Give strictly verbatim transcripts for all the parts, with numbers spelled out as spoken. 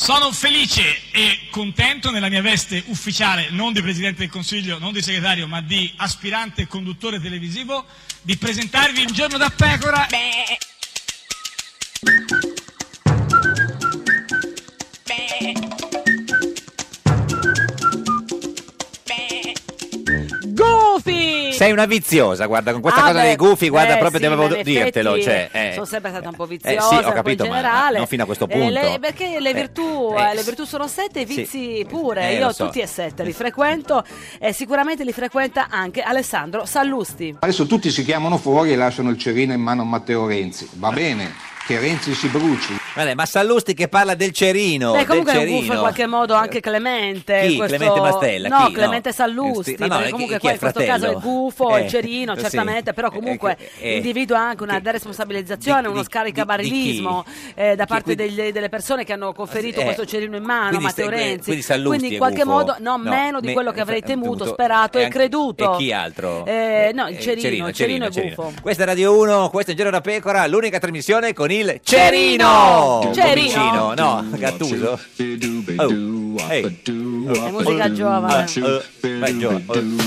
Sono felice e contento nella mia veste ufficiale, non di Presidente del Consiglio, non di segretario, ma di aspirante conduttore televisivo, di presentarvi Un giorno da pecora. Beh. Beh. Gufi! Sei una viziosa, guarda, con questa ah cosa beh, dei gufi, guarda, eh, proprio sì, devo in dirtelo. effetti, Cioè, eh. sono sempre stata un po' Eh, viziosa, sì, ho un po' capito, in ma generale. non fino a questo Eh, punto. le- perché le virtù, Eh, eh, le virtù sono sette, i sì. vizi pure. Eh, Io lo so. tutti e sette li frequento e sicuramente li frequenta anche Alessandro Sallusti. Adesso tutti si chiamano fuori e lasciano il cerino in mano a Matteo Renzi. Va bene, che Renzi si bruci. Vabbè, ma Sallusti che parla del cerino. Beh, comunque del è un cerino. gufo in qualche modo anche Clemente. Chi? questo- Clemente Mastella? No, Chi? Clemente No. Sallusti. Ma no, perché chi- comunque chi qua è in questo fratello? caso è il gufo, Eh, il cerino, sì. certamente, però comunque Eh, eh, individua anche una che- deresponsabilizzazione, di- uno di- scaricabarile eh, da parte degli- delle persone che hanno conferito Eh, questo cerino in mano, quindi Matteo stai- Renzi. quindi Sallusti in è qualche gufo? modo, no, No, meno di me- quello che avrei temuto, temuto, sperato e e anche- creduto. E chi altro? Eh, no, il Eh, cerino, il cerino è gufo. Questa è Radio uno, questo è Giro da Pecora, l'unica trasmissione con il cerino. Cerino! Un po' vicino, no, Gattuso. Oh, ehi. È musica giovane. Eh, eh, vai, giovane.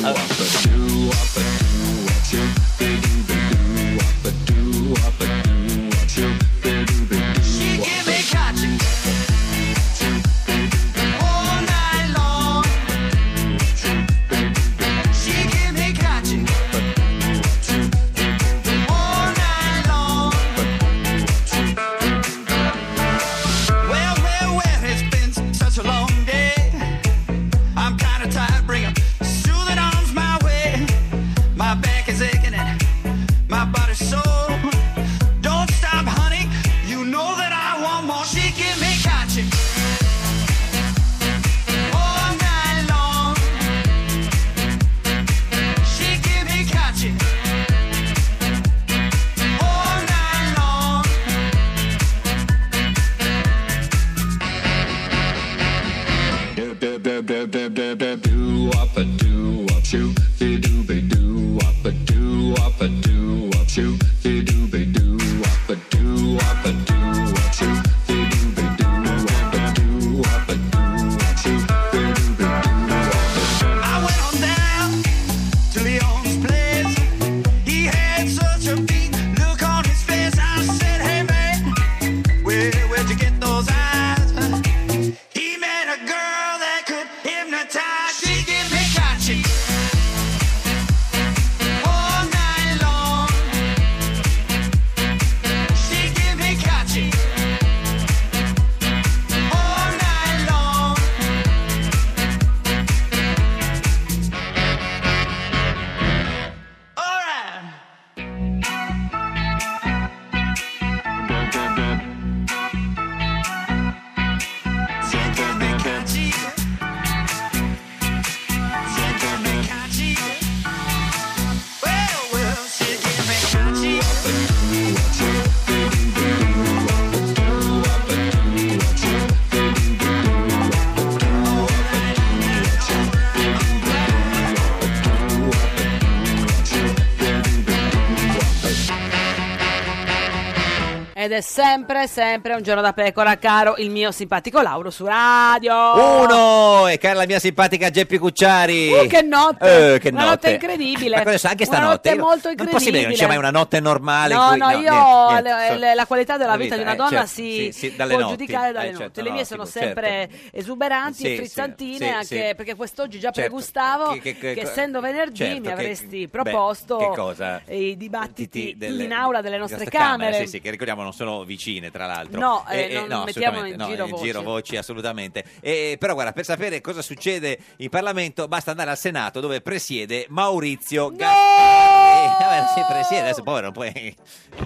Ed è sempre, sempre un giorno da pecora, caro il mio simpatico Lauro su Radio Uno! E cara la mia simpatica Geppi Cucciari. Uh, che notte! Eh, che Una notte incredibile. Ma cosa, anche Una stanotte? notte Io- molto Non è possibile che non c'è incredibile. mai una notte normale. in No, cui- no, io niente, niente, le- le- la qualità della La vita, vita, di una eh, donna certo, si sì, sì, dalle può notti. giudicare dalle Eh, notti. certo, Le mie no, sono certo. sempre esuberanti Sì, e frizzantine, sì, anche sì. perché quest'oggi già Certo. pregustavo Che- che, che- che- essendo venerdì certo, mi che- avresti beh, proposto che cosa? i dibattiti delle- in aula delle nostre nostre camere. Sì, sì, che ricordiamo non sono vicine, tra l'altro. No, eh, non mettiamo assolutamente, in no, giro voci. giro voci, assolutamente. Eh, però guarda, per sapere cosa succede in Parlamento basta andare al Senato, dove presiede Maurizio Gasparri. Eh, vabbè, si presiede, adesso poi non puoi...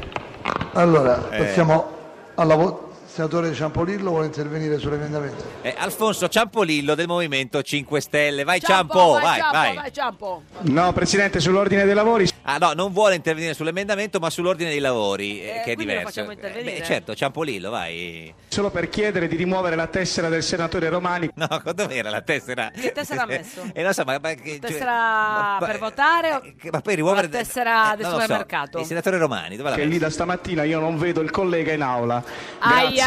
Allora, Eh. passiamo alla votazione. Senatore Ciampolillo vuole intervenire sull'emendamento. Eh, Alfonso Ciampolillo del Movimento cinque Stelle. Vai Ciampo, Ciampo, vai, vai, Ciampo, vai. vai, Ciampo. No, Presidente, sull'ordine dei lavori. Ah no, non vuole intervenire sull'emendamento, ma sull'ordine dei lavori, eh, Eh, che è quindi lo diverso. facciamo intervenire? Beh, certo, Ciampolillo, vai. Solo per chiedere di rimuovere la tessera del senatore Romani. No, dov'era la tessera? Che tessera ha messo? E non so, ma, ma che- cioè, Tessera ma- per votare o che- ma poi rimuovere o la tessera del non lo so. supermercato? Il senatore Romani, dove l'ha Che messo? lì da stamattina io non vedo il collega in aula. Aia, Grazie.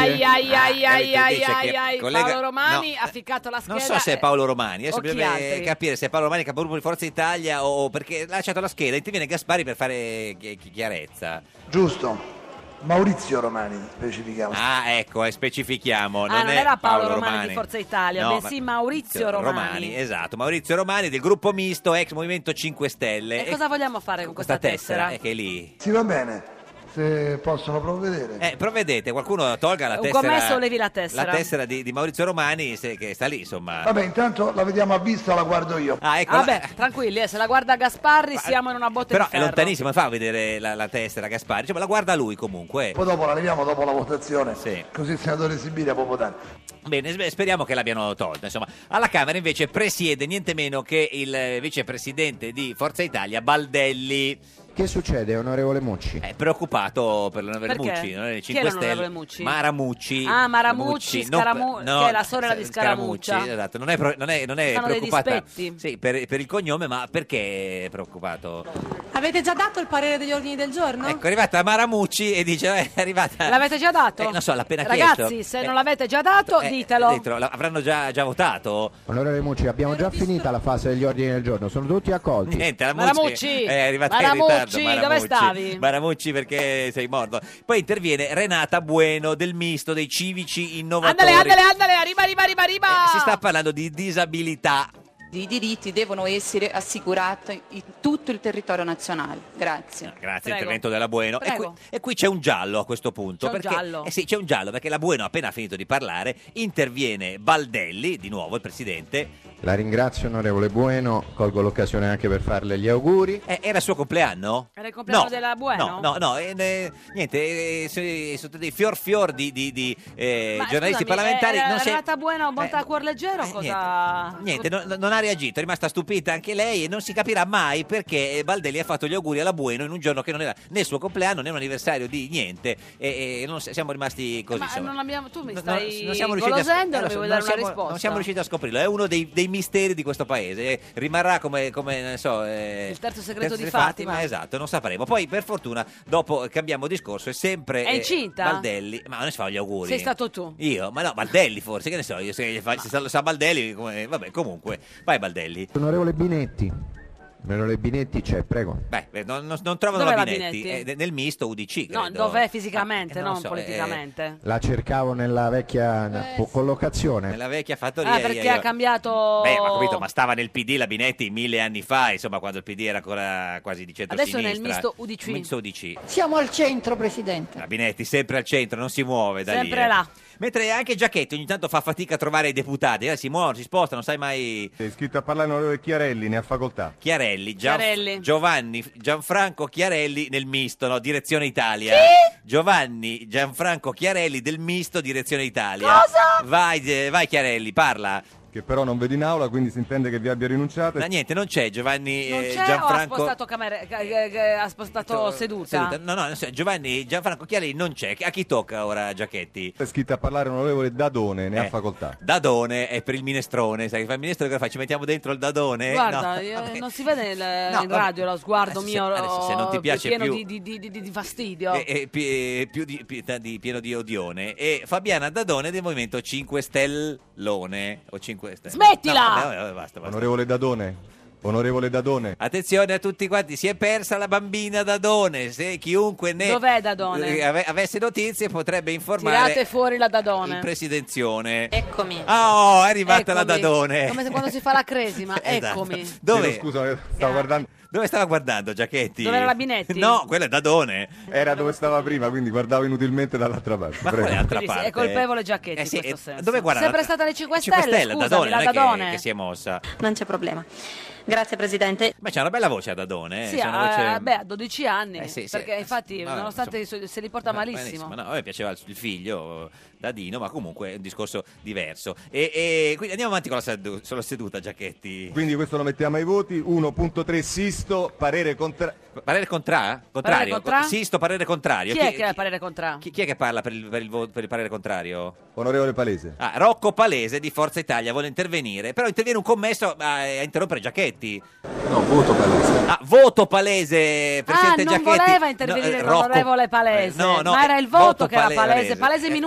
ai ai ai Ah, ai eh, ai dice ai che ai collega- Paolo Romani no, ha ficcato la scheda. Non so se è Paolo Romani, adesso o chi bisogna altri? capire se è Paolo Romani capogruppo di Forza Italia o perché ha lasciato la scheda, interviene Gasparri per fare chi- chi- chiarezza. Giusto. Maurizio Romani, specifichiamo. Ah, ecco, eh, specifichiamo. Ah, non, non è era Paolo Paolo Romani Romani di Forza Italia, No, bensì ma- Maurizio Romani. Esatto, Maurizio Romani del gruppo misto ex Movimento cinque Stelle. E cosa vogliamo fare con questa tessera? È che è lì. Sì, va bene. Se possono provvedere. Eh, provvedete, qualcuno tolga la Un tessera. commesso levi la tessera. La tessera di, di Maurizio Romani se- che sta lì, insomma. Vabbè, intanto la vediamo a vista, la guardo io. Ah, ecco. Vabbè, la- tranquilli, eh, se la guarda Gasparri siamo in una botte Però di è ferro. lontanissimo, fa vedere la, la tessera Gasparri, cioè, ma la guarda lui comunque. Poi dopo la leviamo dopo la votazione. Sì. Così il senatore Sibilia può votare. Bene, sp- speriamo che l'abbiano tolta. Insomma, alla Camera invece presiede niente meno che il eh, vicepresidente di Forza Italia, Baldelli. Che succede, onorevole Mucci? È preoccupato per l'onorevole Perché? Mucci, non è Chi cinque è Stelle. l'onorevole Mucci? Maramucci. Ah, Maramucci, non- Scaramu- che è la sorella di Scaramuccia. Esatto, non è, pro- non è, non è Fanno dei preoccupata dispetti. sì, per, per il cognome, ma perché è preoccupato? Avete già dato il parere degli ordini del giorno? Ecco, è arrivata Maramucci e dice, eh, è arrivata... L'avete già dato? Eh, non so, l'ha appena Ragazzi, chiesto. se Eh, non l'avete già dato, eh, ditelo. dentro, la- avranno già, già votato? Onorevole Mucci, abbiamo già finita la fase degli ordini del giorno, sono tutti accolti. Niente, la Maramucci! Mucci è arrivata in Maramucci, ritardo. dove stavi? Maramucci perché sei morto. Poi interviene Renata Bueno del misto dei civici innovatori. Andale, andale, andale, arriva, arriva, arriva, arriva. Eh, si sta parlando di disabilità. I diritti devono essere assicurati in tutto il territorio nazionale. Grazie. Grazie all'intervento della Bueno. E qui, Prego. e qui c'è un giallo a questo punto. C'è un perché, giallo? Eh sì, c'è un giallo perché la Bueno ha appena finito di parlare. Interviene Baldelli, di nuovo il presidente. La ringrazio, onorevole Bueno, colgo l'occasione anche per farle gli auguri. Eh, era il suo compleanno? Era il compleanno No, della Bueno? No, no, no, eh, eh, niente, eh, eh, sono dei fior fior di, di, di eh, Ma giornalisti scusami, parlamentari. eh, non si è- Renata Bueno, bontà a cuor leggero, cosa... Niente, non, non ha reagito, è rimasta stupita anche lei e non si capirà mai perché Baldelli ha fatto gli auguri alla Bueno in un giorno che non era né il suo compleanno né un anniversario di niente e, e non, siamo rimasti così. Ma insomma. non abbiamo... Tu mi No, stai non siamo riusciti a, golosendo, eh, non lo mi so, vuoi non dare una siamo- risposta? non siamo riusciti a scoprirlo, è uno dei, dei misteri di questo paese, eh, rimarrà come, come non so, eh, Il terzo segreto di Fatima. Fatima. Esatto, non sapremo. Poi per fortuna dopo cambiamo discorso, è sempre È eh, incinta? Baldelli, ma non si fa gli auguri. Sei stato tu. Io? Ma no, Baldelli forse, che ne so, io se, gli fa- se sa, lo sa Baldelli, come- vabbè, comunque, vai Baldelli. Onorevole Binetti. Onorevole Binetti c'è, prego. Beh, eh, non, non, non trovano Dov'è la la Binetti, Binetti? eh, nel misto U D C, No, credo. dov'è fisicamente, Ah, eh, non non so, politicamente. La cercavo nella vecchia Eh, collocazione. Nella vecchia fattoria. Ah, perché io- ha cambiato... Beh, ma capito, ma stava nel P D la Binetti mille anni fa, insomma, quando il P D era ancora quasi di centro-sinistra. Adesso è nel misto U D C. Misto U D C. Siamo al centro, Presidente. La Binetti sempre al centro, non si muove da lì. Sempre eh. là. Mentre anche Giachetti ogni tanto fa fatica a trovare i deputati, eh, si muove, si sposta, non sai mai... È iscritto a parlare l'onorevole Chiarelli, ne ha facoltà. Chiarelli, Gian- Chiarelli. Giovanni Gianfranco Chiarelli nel misto, no, Direzione Italia. Giovanni Gianfranco Chiarelli del misto, Direzione Italia. Cosa? Vai, eh, vai Chiarelli, parla. Che però non vedo in aula, quindi si intende che vi abbia rinunciato. Ma niente, non c'è Giovanni Non eh, c'è o ha Gianfranco... spostato, camere- ca- ca- ca- ha spostato seduta? No, no, non so, Giovanni Gianfranco Chiarelli non c'è. A chi tocca ora Giachetti? È iscritto a parlare l'onorevole Dadone, ne Eh, ha facoltà. Dadone è per il minestrone, sai che fa il minestrone, cosa fa? Ci mettiamo dentro il Dadone? Guarda, No, io- vabbè. non si vede nel- No, in vabbè. radio lo sguardo Adesso mio se- adesso se non ti piace pieno più- di, di- di- di- di fastidio. E, e pi- più di, pi- di- pieno di odione. E Fabiana Dadone del Movimento cinque Stellone o cinque Stelle. Smettila! No, vabbè, vabbè, basta, basta. Onorevole Dadone, onorevole Dadone. Attenzione a tutti quanti, si è persa la bambina Dadone. Se chiunque ne Dov'è Dadone? eh, ave- avesse notizie potrebbe informare Tirate fuori la il Dadone. presidenzione. Eccomi. Oh, è arrivata la Eccomi. Dadone. Come se quando si fa la cresima, Esatto. eccomi. Dove? Chiedo Scusa, stavo guardando. Dove stava guardando Giachetti? Dove era la Binetti? No, quello è Dadone. Era dove stava prima, quindi guardavo inutilmente dall'altra parte. Ma Prego. quale altra Quindi sì, parte? è colpevole Giachetti Eh sì, in questo eh, senso. Dove guarda? Sempre stata alle cinque cinque Stelle, Stelle, scusami, Dadone, la non è che- Dadone. Che, si è mossa. Non c'è problema. Grazie Presidente. Ma c'è una bella voce a Dadone. Eh? Sì, c'è una voce... a, beh, a dodici anni, Eh sì, sì. perché infatti Vabbè, nonostante insomma, se li porta Ma- malissimo. No, a me piaceva il il figlio Dadino, ma comunque è un discorso diverso. E, e quindi andiamo avanti con la, sedu- sulla seduta, Giachetti. Quindi questo lo mettiamo ai voti. uno punto tre Sisto, parere contrario. Parere contra? contrario? contra? Sisto, parere contrario. Chi è che ha il parere contrario? Chi, chi è che parla per il, per il vo- per il parere contrario? Onorevole Palese. Ah, Rocco Palese di Forza Italia vuole intervenire, però interviene un commesso a, a interrompere Giachetti. No, voto Palese. Ah, voto Palese, Presidente Ah, non Giachetti. voleva intervenire No, eh, l'onorevole Rocco- Palese, eh, no, no, ma era eh, il voto che era Palese, Palese, Palese Eh, minuscolo eh,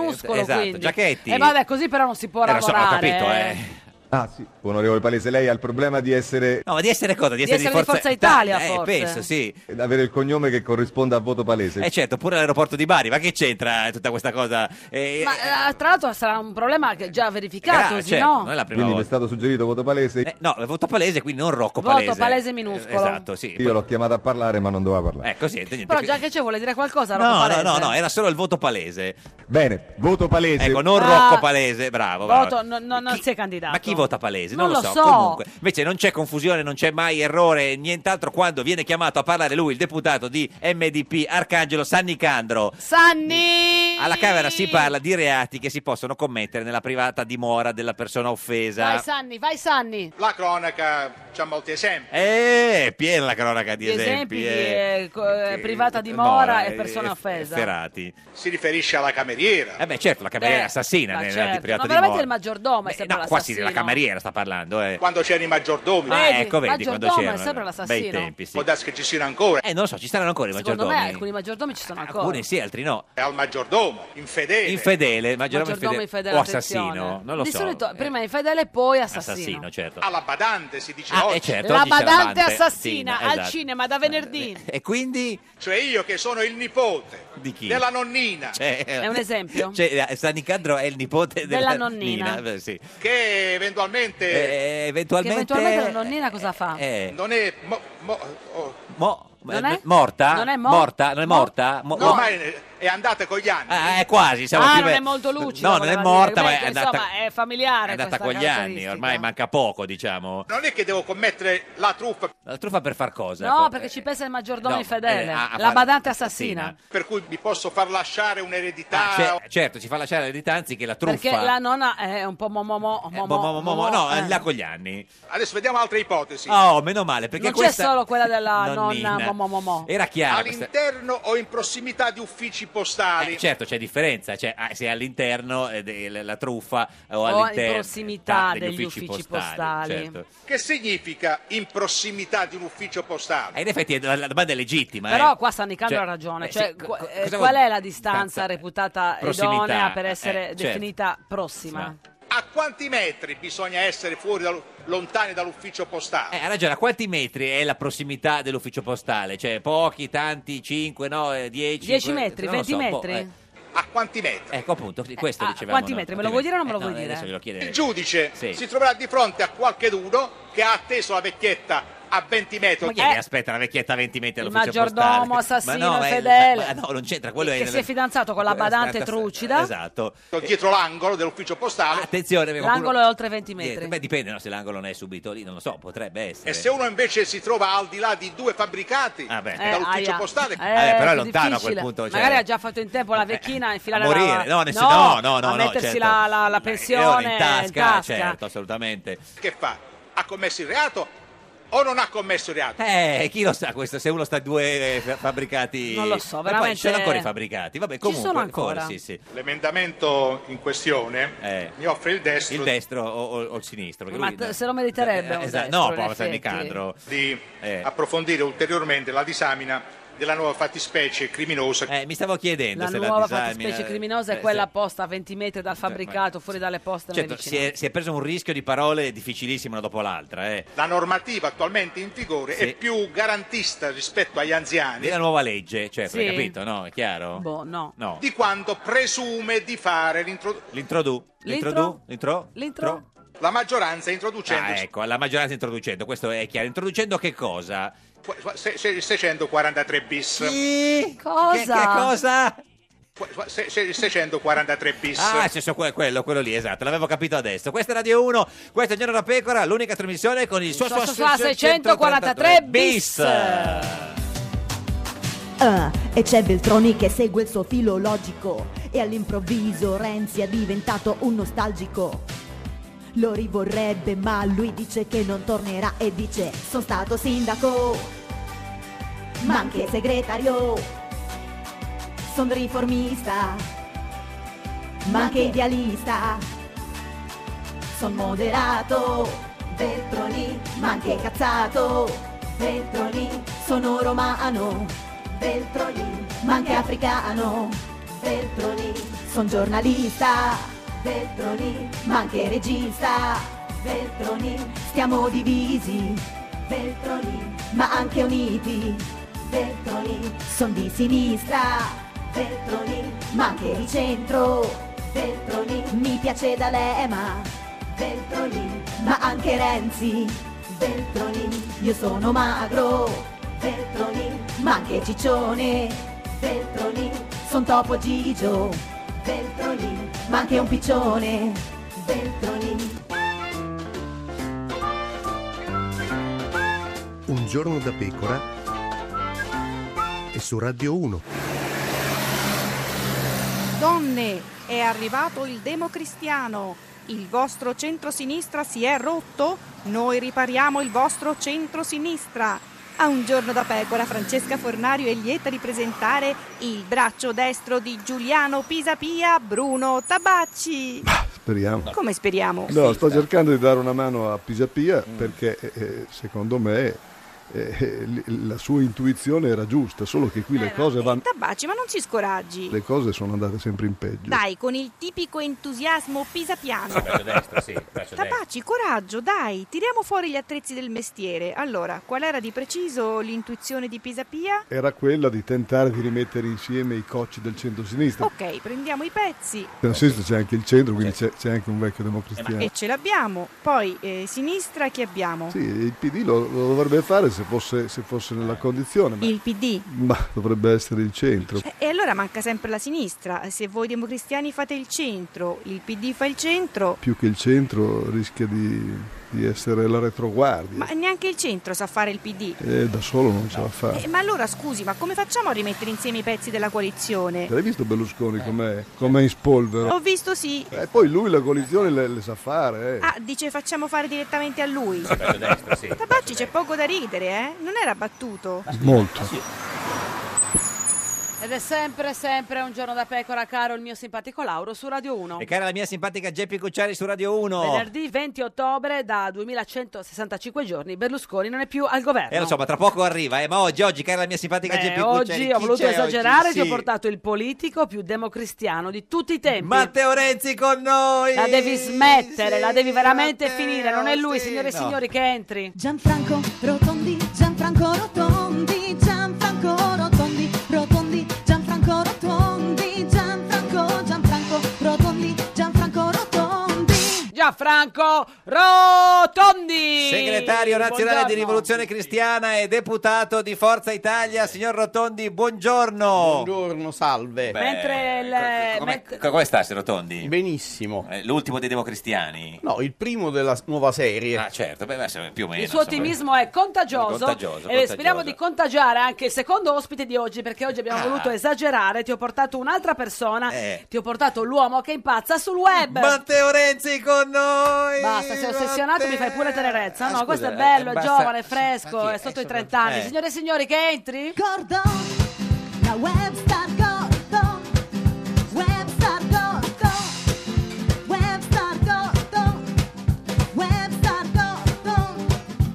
esatto, quindi. Giachetti. E vabbè, così però non si può Eh, lo so, ho lavorare. capito, eh. Ah sì, onorevole Palese, lei ha il problema di essere... No, ma di essere cosa? Di essere di, essere di Forza Italia, eh, forse. penso, sì. avere il cognome che corrisponda a voto Palese. Eh certo, pure l'aeroporto di Bari, ma che c'entra tutta questa cosa? Eh, Ma eh, tra l'altro sarà un problema che è già verificato, gra- sì, certo, no? non è la prima Quindi mi è volta. stato suggerito voto Palese. Eh, no, voto Palese, quindi non Rocco Voto Palese. Palese minuscolo. Eh, Esatto, sì. Io l'ho chiamato a parlare ma non doveva parlare. Ecco, sì, niente. Però già che c'è, vuole dire qualcosa? Rocco No, no, Palese? no, no, era solo il voto Palese. Bene, voto Palese. Ecco, non Ah. Rocco Palese, bravo. bravo. Voto, no, no, non si è candidato. Ma chi vota Palese? Non Non, lo lo so. Comunque, invece non c'è confusione, non c'è mai errore, nient'altro quando viene chiamato a parlare lui, il deputato di M D P Arcangelo Sannicandro. Sanni! Alla Camera si parla di reati che si possono commettere nella privata dimora della persona offesa. Vai Sanni, vai Sanni. La cronaca c'ha molti esempi. Eh, piena la cronaca di Gli esempi. esempi di eh. eh, co- eh, Che- privata dimora Mora, e eh, persona eh, offesa. Efferati. Si riferisce alla cameriera. Eh beh, certo, la cameriera Beh, assassina ma nella certo. privata Ma veramente dimora. il maggiordomo è Beh, sempre no, qua sì, l'assassino. della cameriera sta parlando, eh. Quando c'erano i maggiordomi. Ah, Vedi, ecco, vedi, quando maggiordomo è c'erano sempre bei l'assassino. tempi, sì. Può darsi che ci siano ancora. Eh, non lo so, ci saranno ancora i Secondo maggiordomi. me alcuni maggiordomi ci sono ancora. Alcuni sì, altri no. È al maggiordomo, infedele. Infedele, maggiordomo, Maggiordomo infedele, o attenzione. assassino, non lo Di so. solito Eh, prima infedele, poi assassino. assassino, certo. Alla badante si dice Ah, oggi. eh, certo, La oggi c'è badante Badante, assassina sì, al esatto. cinema da venerdì. E quindi Cioè io che sono il nipote di chi? della nonnina Cioè, È un esempio? Cioè, eh, San Nicandro è il nipote Della della, nonnina. beh, sì. che eventualmente Eh, Che eventualmente eventualmente la nonnina cosa fa? eh, non è mo- mo- oh, mo- Non eh, è? morta? Non è mo- morta? Non è mo- morta? Mo- no. ormai è andata con gli anni. Ah, è quasi, siamo Ah, più non ve- è molto lucido. No, non è voleva morta, dire. ma Beh, è andata, insomma, è familiare è andata questa con gli anni, caratteristica. ormai manca poco, diciamo. Non è che devo commettere la truffa La truffa per far cosa? No, Per- perché ci pensa il maggiordomo no, infedele, eh, a- a la fare- badante assassina. per cui mi posso far lasciare un'eredità. Ah, cer- certo, ci fa lasciare l'eredità anziché la truffa. Perché la nonna è un po' momomo, Eh, mo- mo- mo- mo- no, eh. là con gli anni. Adesso vediamo altre ipotesi. Oh, meno male, perché Non c'è questa solo quella della nonnina nonna momomomo. era chiara questa- All'interno o in prossimità di uffici postali. Eh, certo, c'è differenza, cioè, ah, se è all'interno eh, de- la truffa o, O in all'interno prossimità degli degli uffici, uffici postali. postali. Certo. Che significa in prossimità di un ufficio postale? Eh, in effetti la, la domanda è legittima. Però eh. qua San Nicandro Cioè, ha ragione, eh, cioè, sì, qu- co- eh, cosa qual vuol- è la distanza distanza- reputata prossimità, idonea per eh, essere certo. definita prossima? A quanti metri bisogna essere fuori dal- lontani dall'ufficio postale? Eh, ha ragione, a quanti metri è la prossimità dell'ufficio postale? Cioè, pochi, tanti, cinque, no, eh, dieci? dieci que- metri, non lo venti so, po- metri? eh. A quanti metri? Ecco appunto, sì, questo ah, dicevamo. quanti no? metri? Me lo Quanti vuoi dire o non me lo eh, vuoi no, dire? Adesso glielo chiederei. Il giudice Sì. si troverà di fronte a qualcheduno che ha atteso la vecchietta a venti metri. Ma chi è che aspetta la vecchietta a venti metri Il all'ufficio maggiordomo, postale? assassino, ma no, ma è- infedele. ma no, non c'entra, quello Che è... si è fidanzato con la badante trucida. Esatto. Dietro l'angolo dell'ufficio postale. Attenzione, perché qualcuno- L'angolo è oltre venti Niente, metri. Beh, dipende, no, se l'angolo non è subito lì, non lo so, potrebbe essere. E se uno invece si trova al di là di due fabbricati Ah, beh. Eh, dall'ufficio aia. postale, Eh, Vabbè, però è più lontano a quel difficile. punto, cioè- Magari ha già fatto in tempo la vecchina a infilare a morire, la... no, nel sen- no, no, no, a no, mettersi certo. la, la- la Eh, pensione in tasca, in tasca. certo, assolutamente. che fa? Ha commesso il reato o non ha commesso il reato? Eh, chi lo sa questo, se uno sta a due eh, fa- fabbricati... Non lo so, Ma poi veramente- ci sono ancora i fabbricati, vabbè, Ci comunque... sono ancora. forse, sì, sì. L'emendamento in questione Eh. mi offre il destro Il destro o, o- o il sinistro? perché Ma lui- t- se lo meriterebbe un esatto, destro, no, in proprio San effetti. Nicandro. di Eh. approfondire ulteriormente la disamina della nuova fattispecie criminosa. Eh, mi stavo chiedendo La se nuova la disamina... fattispecie criminosa è eh, quella sì. posta a venti metri dal fabbricato, fuori dalle poste nelle Certo, si vicinanze. è, si è preso un rischio di parole difficilissimo una dopo l'altra, eh. La normativa attualmente in vigore Sì. è più garantista rispetto agli anziani Della nuova legge, certo, Sì. hai capito, no? È chiaro? Boh, no. No. di quanto presume di fare l'intro- L'introdu? L'intro? L'introdu? L'intro? L'intro? la maggioranza introducendo Ah, ecco, la maggioranza introducendo, questo è chiaro. Introducendo che cosa? se- se- il seicentoquarantatré bis. Chi? Cosa? Che, che cosa? Se- se- il seicentoquarantatré bis. Ah, cioè, so- que- quello, quello lì, esatto, l'avevo capito adesso. Questa è Radio uno, questo è Giorno da Pecora, l'unica trasmissione con il suo, Suo- suo- suo seicentoquarantatré bis. Ah, e c'è Veltroni che segue il suo filo logico e all'improvviso Renzi è diventato un nostalgico. Lo rivorrebbe ma lui dice che non tornerà e dice: sono stato sindaco, ma anche segretario, sono riformista, ma anche idealista, sono moderato, Veltroni, ma anche cazzato, Veltroni, sono romano, Veltroni, ma anche africano, Veltroni, son giornalista, Veltroni, ma anche regista, Veltroni, stiamo divisi, Veltroni, ma anche uniti, Veltroni, son di sinistra, Veltroni, ma anche di centro, Veltroni, mi piace D'Alema, Veltroni, ma anche Renzi, Veltroni, io sono magro, Veltroni, ma anche ciccione, Veltroni, son Topo Gigio, Veltroni, ma anche un piccione, Veltroni. Un giorno da pecora e su Radio uno. Donne, è arrivato il Democristiano. Il vostro centrosinistra si è rotto? Noi ripariamo il vostro centrosinistra. A un giorno da pecora, Francesca Fornario è lieta di presentare il braccio destro di Giuliano Pisapia, Bruno Tabacci. Speriamo. Come speriamo? No, sto cercando di dare una mano a Pisapia perché eh, secondo me eh, la sua intuizione era giusta, solo che qui le cose vanno... Tabacci, ma non si scoraggi. Le cose sono andate sempre in peggio. Dai, con il tipico entusiasmo pisapiano. Braccio destro, sì, braccio Tabacci, coraggio, dai, tiriamo fuori gli attrezzi del mestiere. Allora, qual era di preciso l'intuizione di Pisapia? Era quella di tentare di rimettere insieme i cocci del centro-sinistra. Ok, prendiamo i pezzi. Nel senso c'è anche il centro, quindi c'è, c'è anche un vecchio democristiano. E ce l'abbiamo. Poi, eh, sinistra, chi abbiamo? Sì, il P D lo, lo dovrebbe fare se fosse, se fosse nella condizione. Ma, il P D? Ma dovrebbe essere il centro. E, e allora manca sempre la sinistra. Se voi democristiani fate il centro, il P D fa il centro. Più che il centro rischia di, di essere la retroguardia. Ma neanche il centro sa fare il P D. E da solo non ce la fa. Eh, ma allora scusi, ma come facciamo a rimettere insieme i pezzi della coalizione? Hai visto Berlusconi com'è, com'è in spolvero? Ho visto, sì. E poi lui la coalizione le, le sa fare. Eh. Ah, dice facciamo fare direttamente a lui. Braccio destro, sì. Tabacci, c'è poco da ridere, eh? Non era battuto. Molto. Ed è sempre, sempre un giorno da pecora, caro il mio simpatico Lauro su Radio uno. E cara la mia simpatica Geppi Cucciari su Radio uno. Venerdì venti ottobre, da duemilacentosessantacinque giorni, Berlusconi non è più al governo. Eh lo so, ma tra poco arriva, eh, ma oggi, oggi, cara la mia simpatica Beh, Geppi Cucciari. oggi ho chi voluto c'è esagerare, oggi? ti ho Sì. portato il politico più democristiano di tutti i tempi. Matteo Renzi con noi! La devi smettere, Sì, la devi veramente Matteo, finire, non è lui, sì, signore e no. signori, che entri. Gianfranco Rotondi, Gianfranco Rotondi, Gianfranco Rotondi, Rotondi, Gianfranco Rotondi, Gianfranco, Gianfranco Rotondi, Gianfranco Rotondi. Gianfranco Rotondi! Segretario nazionale Buongiorno. di Rivoluzione Cristiana e deputato di Forza Italia, signor Rotondi, buongiorno. Buongiorno, salve. Beh, Mentre il- come, ment- come sta, signor Rotondi? Benissimo. Eh, L'ultimo dei democristiani? No, il primo della nuova serie. Ah, certo, beh, beh, più o meno. Il suo insomma. ottimismo è contagioso, Contagioso, e contagioso. speriamo di contagiare anche il secondo ospite di oggi, perché oggi abbiamo Ah. voluto esagerare. Ti ho portato un'altra persona, Eh. ti ho portato l'uomo che impazza sul web. Matteo Renzi con noi! Basta, sei ossessionato, mi fai pure tenerezza. Ah, No, scusa, questo è eh, bello, è basta- giovane, è fresco, Ma chi è è? sotto i Eh, trenta anni. eh. Signore e signori, che entri? Gordon, la webstar Gordon, webstar Gordon, webstar Gordon, webstar Gordon,